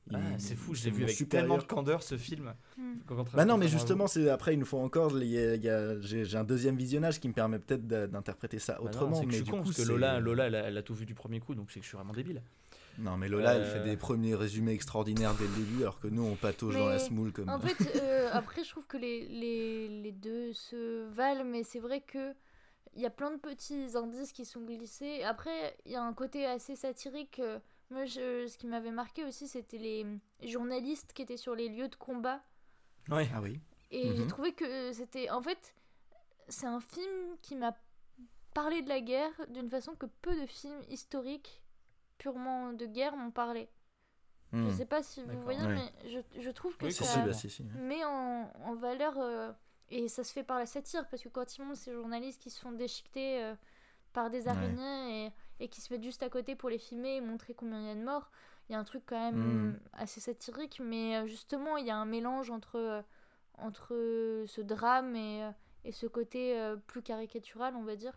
Ah, Il- c'est fou, je c'est l'ai vu mon avec supérieur. tellement de candeur ce film. Mm. Quand- quand- Bah non, mais contrairement à justement, vous. c'est après une fois encore, il y a- il y a- j'ai j'ai un deuxième visionnage qui me permet peut-être d'a- d'interpréter ça Bah non, autrement. c'est que mais je suis du con, coup, parce que c'est- Lola, Lola elle, a, elle a tout vu du premier coup, donc c'est que je suis vraiment débile. Non, mais Lola, elle Euh, fait des premiers résumés extraordinaires dès le début, alors que nous, on patauge dans la Mais smoule comme. En fait, euh, après, je trouve que les, les, les deux se valent, mais c'est vrai que il y a plein de petits indices qui sont glissés. Après, il y a un côté assez satirique. euh, Moi, je- ce qui m'avait marqué aussi, c'était les journalistes qui étaient sur les lieux de combat. Ouais. Ah oui. Et Mhm. j'ai trouvé que c'était... En fait, c'est un film qui m'a parlé de la guerre d'une façon que peu de films historiques purement de guerre m'ont parlé. Je Hmm. sais pas si vous D'accord. voyez, Ouais. mais je, je trouve que Oui, Si, ça si, bah, si, si. met en, en valeur... euh, et ça se fait par la satire, parce que quand ils montrent ces journalistes qui se font déchiqueter euh, par des araignées et, et qui se mettent juste à côté pour les filmer et montrer combien il y a de morts, il y a un truc quand même Mm. assez satirique, mais euh, justement, il y a un mélange entre, euh, entre ce drame et, euh, et ce côté euh, plus caricatural, on va dire.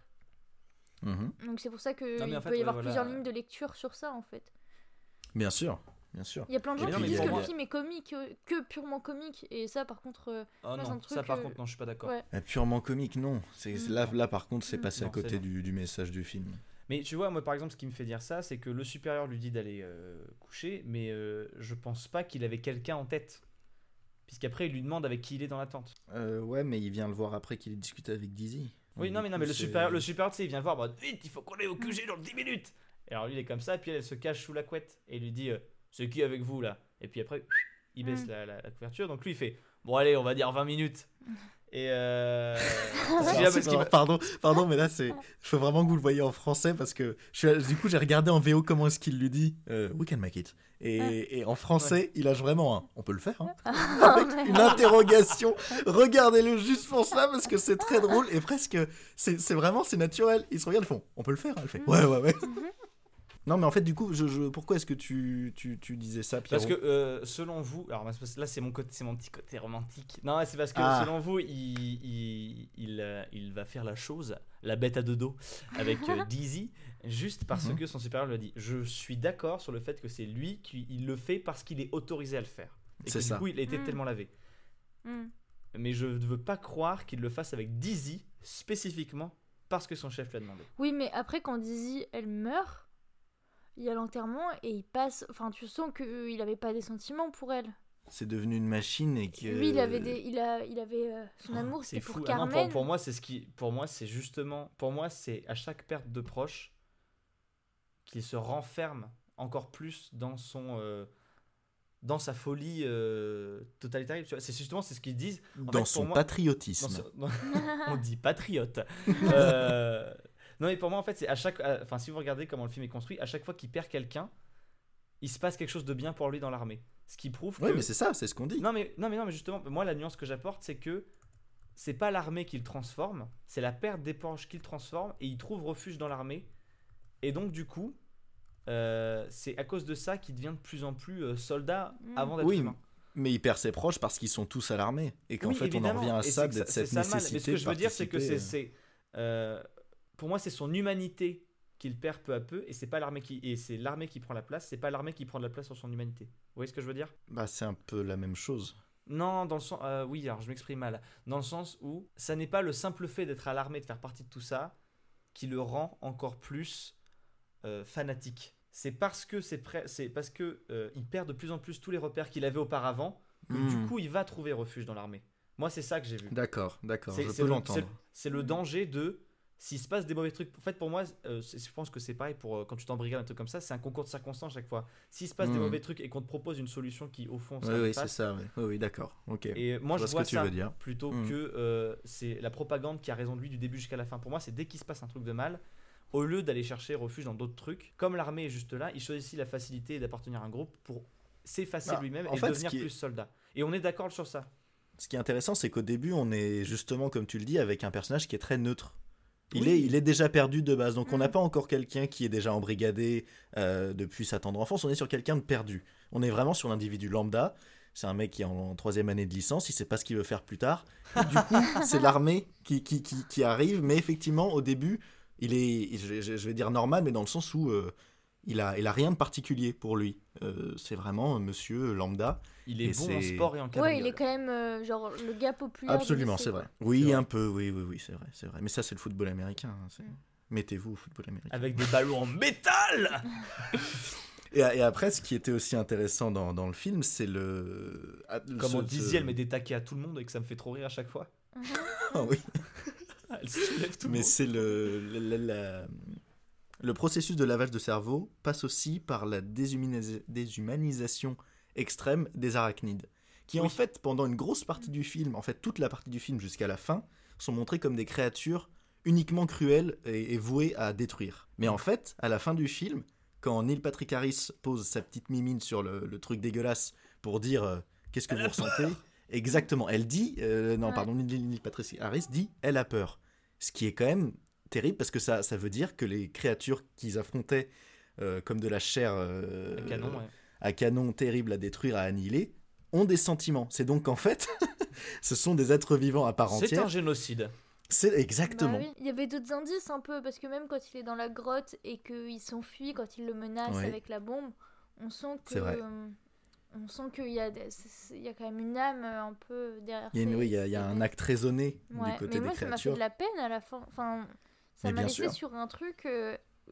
Mhm. Donc c'est pour ça qu'il Non, mais en peut fait, y ouais, avoir voilà. plusieurs lignes de lecture sur ça, en fait. Bien sûr, bien sûr. Il y a plein de gens Mais non, qui mais disent pour que moi- le film est comique, euh, que purement comique, et ça, par contre... euh, Oh moi, c'est un non, truc, ça par euh, contre, non, je suis pas d'accord. ouais. Euh, Purement comique, non. C'est Mm. là, là, par contre, c'est Mm. passé à Non, c'est côté non. du, du message du film. Mais tu vois, moi par exemple, ce qui me fait dire ça, c'est que le supérieur lui dit d'aller euh, coucher, mais euh, je pense pas qu'il avait quelqu'un en tête. Puisqu'après, il lui demande avec qui il est dans la tente. Euh, ouais, mais il vient le voir après qu'il ait discuté avec Dizzy. Oui, Donc, non, du mais non, coup, mais le c'est- supérieur, le supérieur, tu sais, il vient le voir, bah, vite, il faut qu'on aille au Q G dans dix minutes. Et alors lui, il est comme ça, et puis elle, elle se cache sous la couette, et il lui dit, euh, c'est qui avec vous là? Et puis après, il baisse Mm. la, la- la couverture, donc lui, il fait, bon, allez, on va dire vingt minutes. Et euh. Alors, parce qu'il a- c'est- parce qu'il non, m'a- pardon, pardon, mais là, c'est. Je veux vraiment que vous le voyez en français parce que je suis... du coup, j'ai regardé en V O comment est-ce qu'il lui dit euh, We can make it. Et, et en français, il lâche vraiment un on peut le faire. Hein, avec une interrogation. Regardez-le juste pour ça parce que c'est très drôle et presque. C'est c'est vraiment, c'est naturel. Ils se regardent, ils font on peut le faire. Elle fait ouais, ouais, ouais. Non, mais en fait, du coup, je, je... pourquoi est-ce que tu, tu, tu disais ça, Pierrot? Parce que euh, selon vous, alors là c'est mon côté, c'est mon petit côté romantique. Non, c'est parce que Ah. selon vous, il, il, il, euh, il va faire la chose, la bête à deux dos, avec euh, Dizzy, juste parce Mhm. que son supérieur lui a dit. Je suis d'accord sur le fait que c'est lui qui il le fait parce qu'il est autorisé à le faire. Et C'est que ça. du coup, il a été Mm. tellement lavé. mm. Mais je ne veux pas croire qu'il le fasse avec Dizzy spécifiquement parce que son chef lui a demandé. Oui, mais après, quand Dizzy, elle meurt, il y a l'enterrement et il passe... Enfin, tu sens qu'il avait pas des sentiments pour elle. C'est devenu une machine et que. Lui, il avait, des... il a... il avait euh, son Oh, amour, c'est c'était pour fou. Ah non, Carmen. pour, pour moi, c'est ce qui, pour moi, c'est justement, pour moi, c'est à chaque perte de proche qu'il se renferme encore plus dans son, euh, dans sa folie euh, totalitaire. Tu vois, c'est justement, c'est ce qu'ils disent. En Dans fait, pour son moi- patriotisme. dans ce- dans- on dit patriote. Euh, non, mais pour moi, en fait, c'est à chaque, à- enfin, si vous regardez comment le film est construit, à chaque fois qu'il perd quelqu'un, il se passe quelque chose de bien pour lui dans l'armée. Ce qui prouve Ouais, que mais c'est ça, c'est ce qu'on dit. non mais, non mais non mais justement moi la nuance que j'apporte c'est que c'est pas l'armée qui le transforme, c'est la perte des proches qui le transforme et il trouve refuge dans l'armée et donc du coup euh, c'est à cause de ça qu'il devient de plus en plus euh, soldat Mm. avant d'être Oui, humain. mais il perd ses proches parce qu'ils sont tous à l'armée et qu'en Oui, fait on en évidemment. revient à Et ça, c'est que d'être c'est cette ça le mal. nécessité Mais ce que je veux de dire c'est que c'est, participer, c'est euh, pour moi c'est son humanité qu'il perd peu à peu et c'est pas l'armée qui et c'est l'armée qui prend la place, c'est pas l'armée qui prend de la place sur son humanité. Vous voyez ce que je veux dire? Bah c'est un peu la même chose. Non, dans le sens. euh, oui, alors je m'exprime mal. Dans le sens où ça n'est pas le simple fait d'être à l'armée, de faire partie de tout ça, qui le rend encore plus euh, fanatique. C'est parce que c'est prêt, c'est parce que euh, il perd de plus en plus tous les repères qu'il avait auparavant que Mm. du coup il va trouver refuge dans l'armée. Moi, c'est ça que j'ai vu. D'accord, d'accord, C'est- je c'est peux le- l'entendre. c'est- C'est le danger de. S'il se passe des mauvais trucs. En fait, pour moi, euh, c'est- je pense que c'est pareil pour euh, quand tu t'embrigades un truc comme ça, c'est un concours de circonstances chaque fois. S'il se passe des Mm. mauvais trucs et qu'on te propose une solution qui, au fond, Oui, serait oui, néfaste, c'est ça, oui, oui, oui, d'accord, ok. et moi, Je je, vois ce vois que tu ça veux dire. plutôt Mm. que euh, c'est la propagande qui a raison de lui du début jusqu'à la fin. Pour moi, c'est dès qu'il se passe un truc de mal, au lieu d'aller chercher refuge dans d'autres trucs, comme l'armée est juste là, il choisit la facilité d'appartenir à un groupe pour s'effacer Ah, lui-même en et fait, ce devenir qui est- plus soldat. Et on est d'accord sur ça. Ce qui est intéressant, c'est qu'au début, on est justement, comme tu le dis, avec un personnage qui est très neutre. Il, Oui. est, il est déjà perdu de base, donc on Mm. n'a pas encore quelqu'un qui est déjà embrigadé euh, depuis sa tendre enfance, on est sur quelqu'un de perdu. On est vraiment sur l'individu lambda, c'est un mec qui est en, en troisième année de licence, il sait pas ce qu'il veut faire plus tard. Et du coup, c'est l'armée qui, qui, qui, qui arrive, mais effectivement, au début, il est, je, je- je vais dire normal, mais dans le sens où euh, il, a, il a rien de particulier pour lui. Euh, c'est vraiment un monsieur lambda. Il est et bon c'est... en sport et en cabriole. Ouais, il est quand même euh, genre le gars populaire. Absolument, du lycée, c'est quoi. vrai. Oui, C'est vrai. un peu, oui, oui, oui, c'est vrai, c'est vrai. Mais ça, c'est le football américain. hein, c'est- Mm. Mettez-vous au football américain. Avec des ballons en métal. Et, et après, ce qui était aussi intéressant dans, dans le film, c'est le... ah, Comme ce- on ce- disait, elle met des taquets à tout le monde et que ça me fait trop rire à chaque fois. Ah oui. Elle soulève tout le Mais monde. c'est le, le, le- la- le processus de lavage de cerveau passe aussi par la déshumanisa- déshumanisation extrême des arachnides, qui en Oui. fait, pendant une grosse partie du film, en fait toute la partie du film jusqu'à la fin, sont montrés comme des créatures uniquement cruelles et, et vouées à détruire. Mais en fait, à la fin du film, quand Neil Patrick Harris pose sa petite mimine sur le, le truc dégueulasse pour dire euh, qu'est-ce que Elle vous a ressentez, peur. exactement, elle dit, euh, non Ouais. pardon, Neil Neil Patrick Harris dit, elle a peur. Ce qui est quand même terrible parce que ça, ça veut dire que les créatures qu'ils affrontaient euh, comme de la chair euh, Un canon, ouais. à canon terrible à détruire, à annihiler, ont des sentiments. C'est donc en fait, ce sont des êtres vivants à part C'est entière. un génocide. C'est exactement. Bah oui. Il y avait d'autres indices un peu, parce que même quand il est dans la grotte et qu'il s'enfuit, quand il le menace Ouais. avec la bombe, on sent que. C'est vrai. euh, On sent qu'il y, a des- c'est- c'est- il y a quand même une âme euh, un peu derrière. Il y a, une- ces- oui, il y a, il y a ces un bêtes. acte raisonné Ouais, du côté mais moi, des ça m'a fait créatures. de la peine à la fin. Enfin, ça Mais m'a bien laissé sûr. sur un truc euh,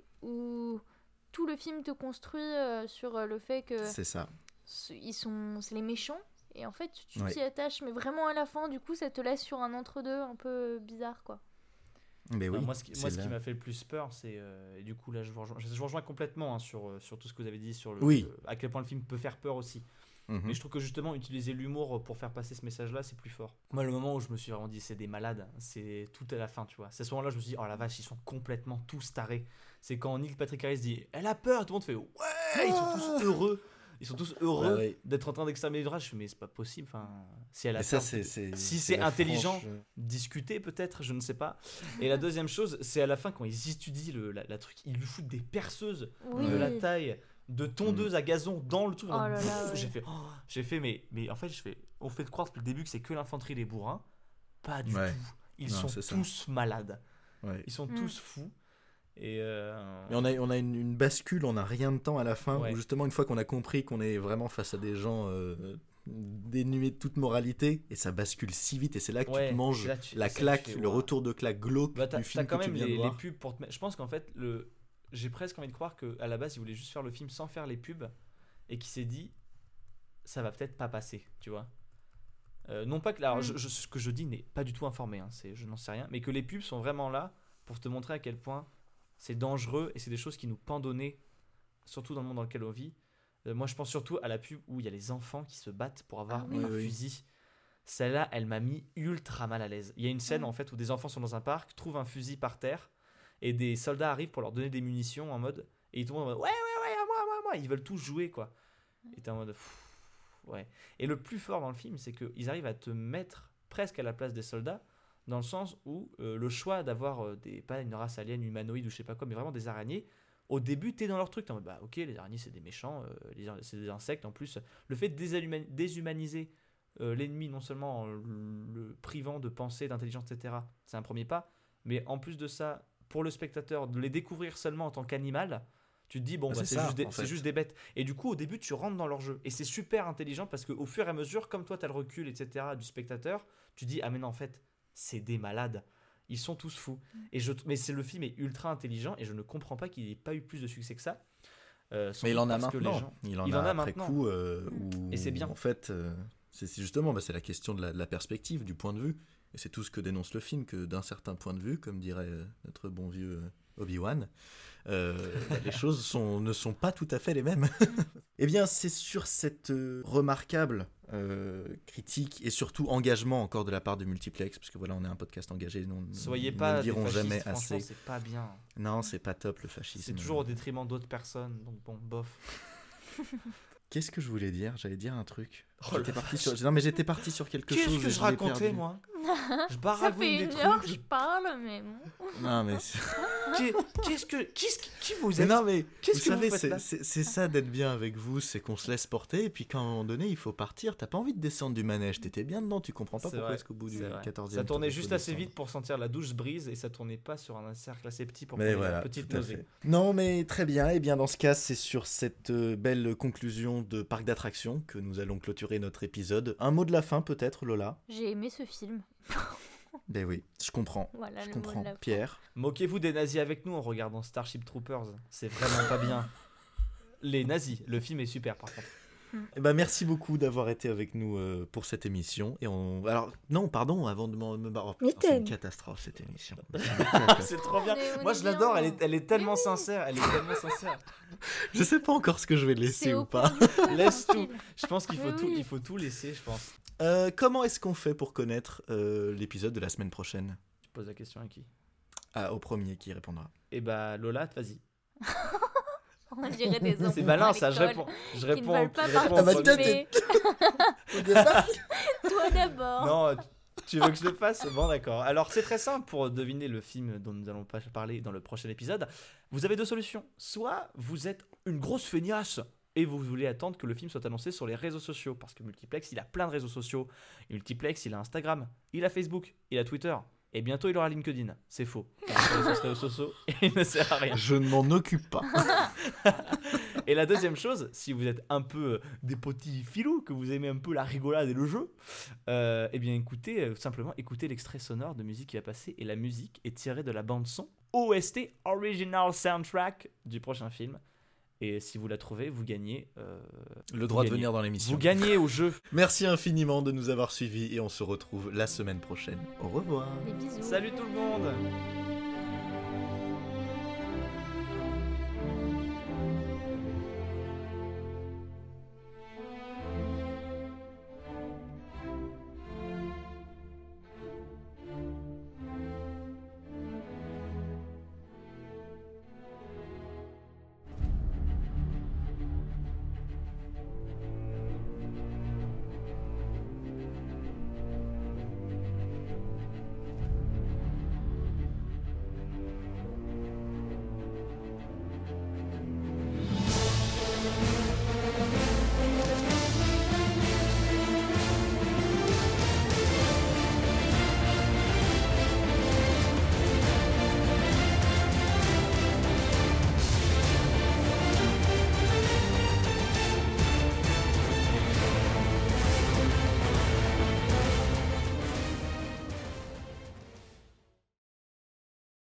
où tout le film te construit euh, sur euh, le fait que C'est ça. ce- ils sont, c'est les méchants. Et en fait, tu Ouais. t'y attaches, mais vraiment à la fin, du coup, ça te laisse sur un entre-deux un peu bizarre, quoi. Mais oui, Enfin, moi, ce qui, moi, c'est ce qui là. m'a fait le plus peur, c'est. euh, et du coup, là, je vous rejoins, je vous rejoins complètement hein, sur, euh, sur tout ce que vous avez dit, sur le, Oui. le- à quel point le film peut faire peur aussi. Mhm. Mais je trouve que justement, utiliser l'humour pour faire passer ce message-là, c'est plus fort. Moi, le moment où je me suis vraiment dit, c'est des malades, c'est tout à la fin, tu vois. C'est à ce moment-là, je me suis dit, oh la vache, ils sont complètement tous tarés. C'est quand Neil Patrick Harris dit, elle a peur, tout le monde fait, ouais, ils sont tous heureux. Ils sont tous heureux Ouais, ouais. d'être en train d'exterminer les rats. Je fais, mais c'est pas possible. Enfin, si elle a Et ça, peur, c'est- c'est- si c'est c'est la intelligent, franche- discuter peut-être, je ne sais pas. Et la deuxième chose, c'est à la fin quand ils étudient le, la, la truc, ils lui foutent des perceuses Oui. de la taille de tondeuse à gazon dans le truc. Oh là là, J'ai ouais. fait, oh, j'ai fait, mais, mais en fait, je fais, on fait croire depuis le début que c'est que l'infanterie les bourrins. Pas du Ouais. tout. Ils Non, sont c'est ça. tous malades. Ouais. Ils sont Mm. tous fous. Et euh, Mais on a, on a une, une bascule, on n'a rien de temps à la fin, Ouais. où justement, une fois qu'on a compris qu'on est vraiment face à des gens euh, dénués de toute moralité, et ça bascule si vite, et c'est là que Ouais, tu te manges c'est là que tu- la c'est là que claque, tu fais, le waouh. retour de claque glauque Bah, t'as, du film t'as quand que tu même viens les, de les voir. pubs pour te mettre. Je pense qu'en fait, le... j'ai presque envie de croire qu'à la base, il voulait juste faire le film sans faire les pubs et qu'il s'est dit ça va peut-être pas passer, tu vois. Euh, non pas que. Alors, Mm. je- je- ce que je dis n'est pas du tout informé, hein, c'est, je n'en sais rien, mais que les pubs sont vraiment là pour te montrer à quel point c'est dangereux et c'est des choses qui nous pendonnaient, surtout dans le monde dans lequel on vit. Euh, moi, je pense surtout à la pub où il y a les enfants qui se battent pour avoir Ah oui. un Oui, oui. fusil. Celle-là, elle m'a mis ultra mal à l'aise. Il y a une scène Ouais. en fait où des enfants sont dans un parc, trouvent un fusil par terre et des soldats arrivent pour leur donner des munitions en mode et ils tombent en mode ouais ouais ouais à moi à moi à moi, ils veulent tous jouer quoi. Et t'es en mode pff, ouais. Et le plus fort dans le film, c'est qu'ils arrivent à te mettre presque à la place des soldats dans le sens où euh, le choix d'avoir euh, des pas une race alien humanoïde ou je sais pas quoi, mais vraiment des araignées. Au début, t'es dans leur truc, t'es en mode bah ok, les araignées c'est des méchants, euh, les ar- c'est des insectes en plus. Le fait de désaluma- déshumaniser euh, l'ennemi, non seulement en le privant de pensée, d'intelligence, et cetera, c'est un premier pas, mais en plus de ça, pour le spectateur, de les découvrir seulement en tant qu'animal, tu te dis bon, Ah, bah, c'est c'est ça, juste, des- en c'est fait. juste des bêtes. Et du coup, au début, tu rentres dans leur jeu. Et c'est super intelligent parce qu'au fur et à mesure, comme toi, t'as le recul, et cetera, du spectateur, tu dis ah mais non, en fait, c'est des malades. Ils sont tous fous. Et je, mais c'est le film est ultra intelligent et je ne comprends pas qu'il n'ait pas eu plus de succès que ça. Euh, sans Mais il doute en a parce que les maintenant. gens- Il en il a en a après maintenant. coup. euh, où, Et c'est bien. En fait, euh, c'est c'est justement bah, c'est la question de la, de la perspective, du point de vue. Et c'est tout ce que dénonce le film, que d'un certain point de vue, comme dirait euh, notre bon vieux euh, Obi-Wan, euh, bah, les choses sont, ne sont pas tout à fait les mêmes. Eh bien, c'est sur cette euh, remarquable euh, critique et surtout engagement encore de la part de Multiplex, parce que voilà, on est un podcast engagé, nous, Soyez nous pas ne le des dirons fascistes, jamais franchement, assez. c'est pas bien. Non, c'est pas top le fascisme. C'est toujours au détriment d'autres personnes, donc bon, bof. Qu'est-ce que je voulais dire? J'allais dire un truc. Oh J'étais parti sur... Non mais j'étais parti sur quelque Qu'est-ce chose. que et je l'ai racontais, perdu. moi Je Ça baragouine fait des une heure que trucs. je parle, mais bon. Non mais... c'est- Qui- Qu'est-ce que... Qu'est-ce qui qui vous Mais êtes non mais Qu'est-ce vous que savez, vous faites c'est, là c'est, c'est ça d'être bien avec vous, c'est qu'on se laisse porter et puis qu'à un moment donné il faut partir. T'as pas envie de descendre du manège, t'étais bien dedans, tu comprends pas C'est pourquoi vrai, est-ce qu'au bout du c'est vrai. quatorzième Ça tournait tour, il faut juste assez descendre. vite pour sentir la douche brise et ça tournait pas sur un cercle assez petit pour Mais qu'on ait voilà, la petite tout à nausée. fait. Non mais très bien, et bien dans ce cas c'est sur cette euh, belle conclusion de parc d'attractions que nous allons clôturer notre épisode. Un mot de la fin peut-être, Lola? J'ai aimé ce film. Ben oui, je comprends, Voilà je le mot comprends. de la fin. Pierre? Moquez-vous des nazis avec nous en regardant Starship Troopers. C'est vraiment pas bien. Les nazis, le film est super par contre. Eh ben, merci beaucoup d'avoir été avec nous euh, pour cette émission. Et on... Alors, non, pardon, avant de m'en- me barrer. Mais c'est une t'es- catastrophe cette émission. C'est une C'est catastrophe. trop bien. On est- on Moi est je l'adore, bien. elle est, elle est tellement sincère. Elle est tellement sincère. Je sais pas encore ce que je vais laisser C'est ou au pas. point du Laisse tout. film. Je pense qu'il faut, Mais tout, oui. il faut tout laisser, je pense. Euh, comment est-ce qu'on fait pour connaître euh, l'épisode de la semaine prochaine? Tu poses la question à qui Ah, au premier qui répondra. Eh bah Lola, vas-y. On dirait des enfants C'est malin à ça, je l'école réponds. Je qui ne réponds, veulent pas je réponds Ah bah, en toi, premier. Toi d'abord. Non, tu veux que je le fasse? Bon, d'accord. Alors, c'est très simple pour deviner le film dont nous allons pas parler dans le prochain épisode. Vous avez deux solutions. Soit vous êtes une grosse feignasse et vous voulez attendre que le film soit annoncé sur les réseaux sociaux. Parce que Multiplex, il a plein de réseaux sociaux. Multiplex, il a Instagram, il a Facebook, il a Twitter. Et bientôt, il aura LinkedIn. C'est faux. Car sur les réseaux sociaux, il ne sert à rien. Je ne m'en occupe pas. Et la deuxième chose, si vous êtes un peu euh, des petits filous, que vous aimez un peu la rigolade et le jeu, euh, eh bien écoutez, euh, simplement écoutez l'extrait sonore de musique qui va passer. Et la musique est tirée de la bande son O S T, Original Soundtrack, du prochain film. Et si vous la trouvez, vous gagnez... euh, Le droit vous de gagnez. venir dans l'émission. Vous gagnez au jeu. Merci infiniment de nous avoir suivis et on se retrouve la semaine prochaine. Au revoir. Des bisous. Salut tout le monde.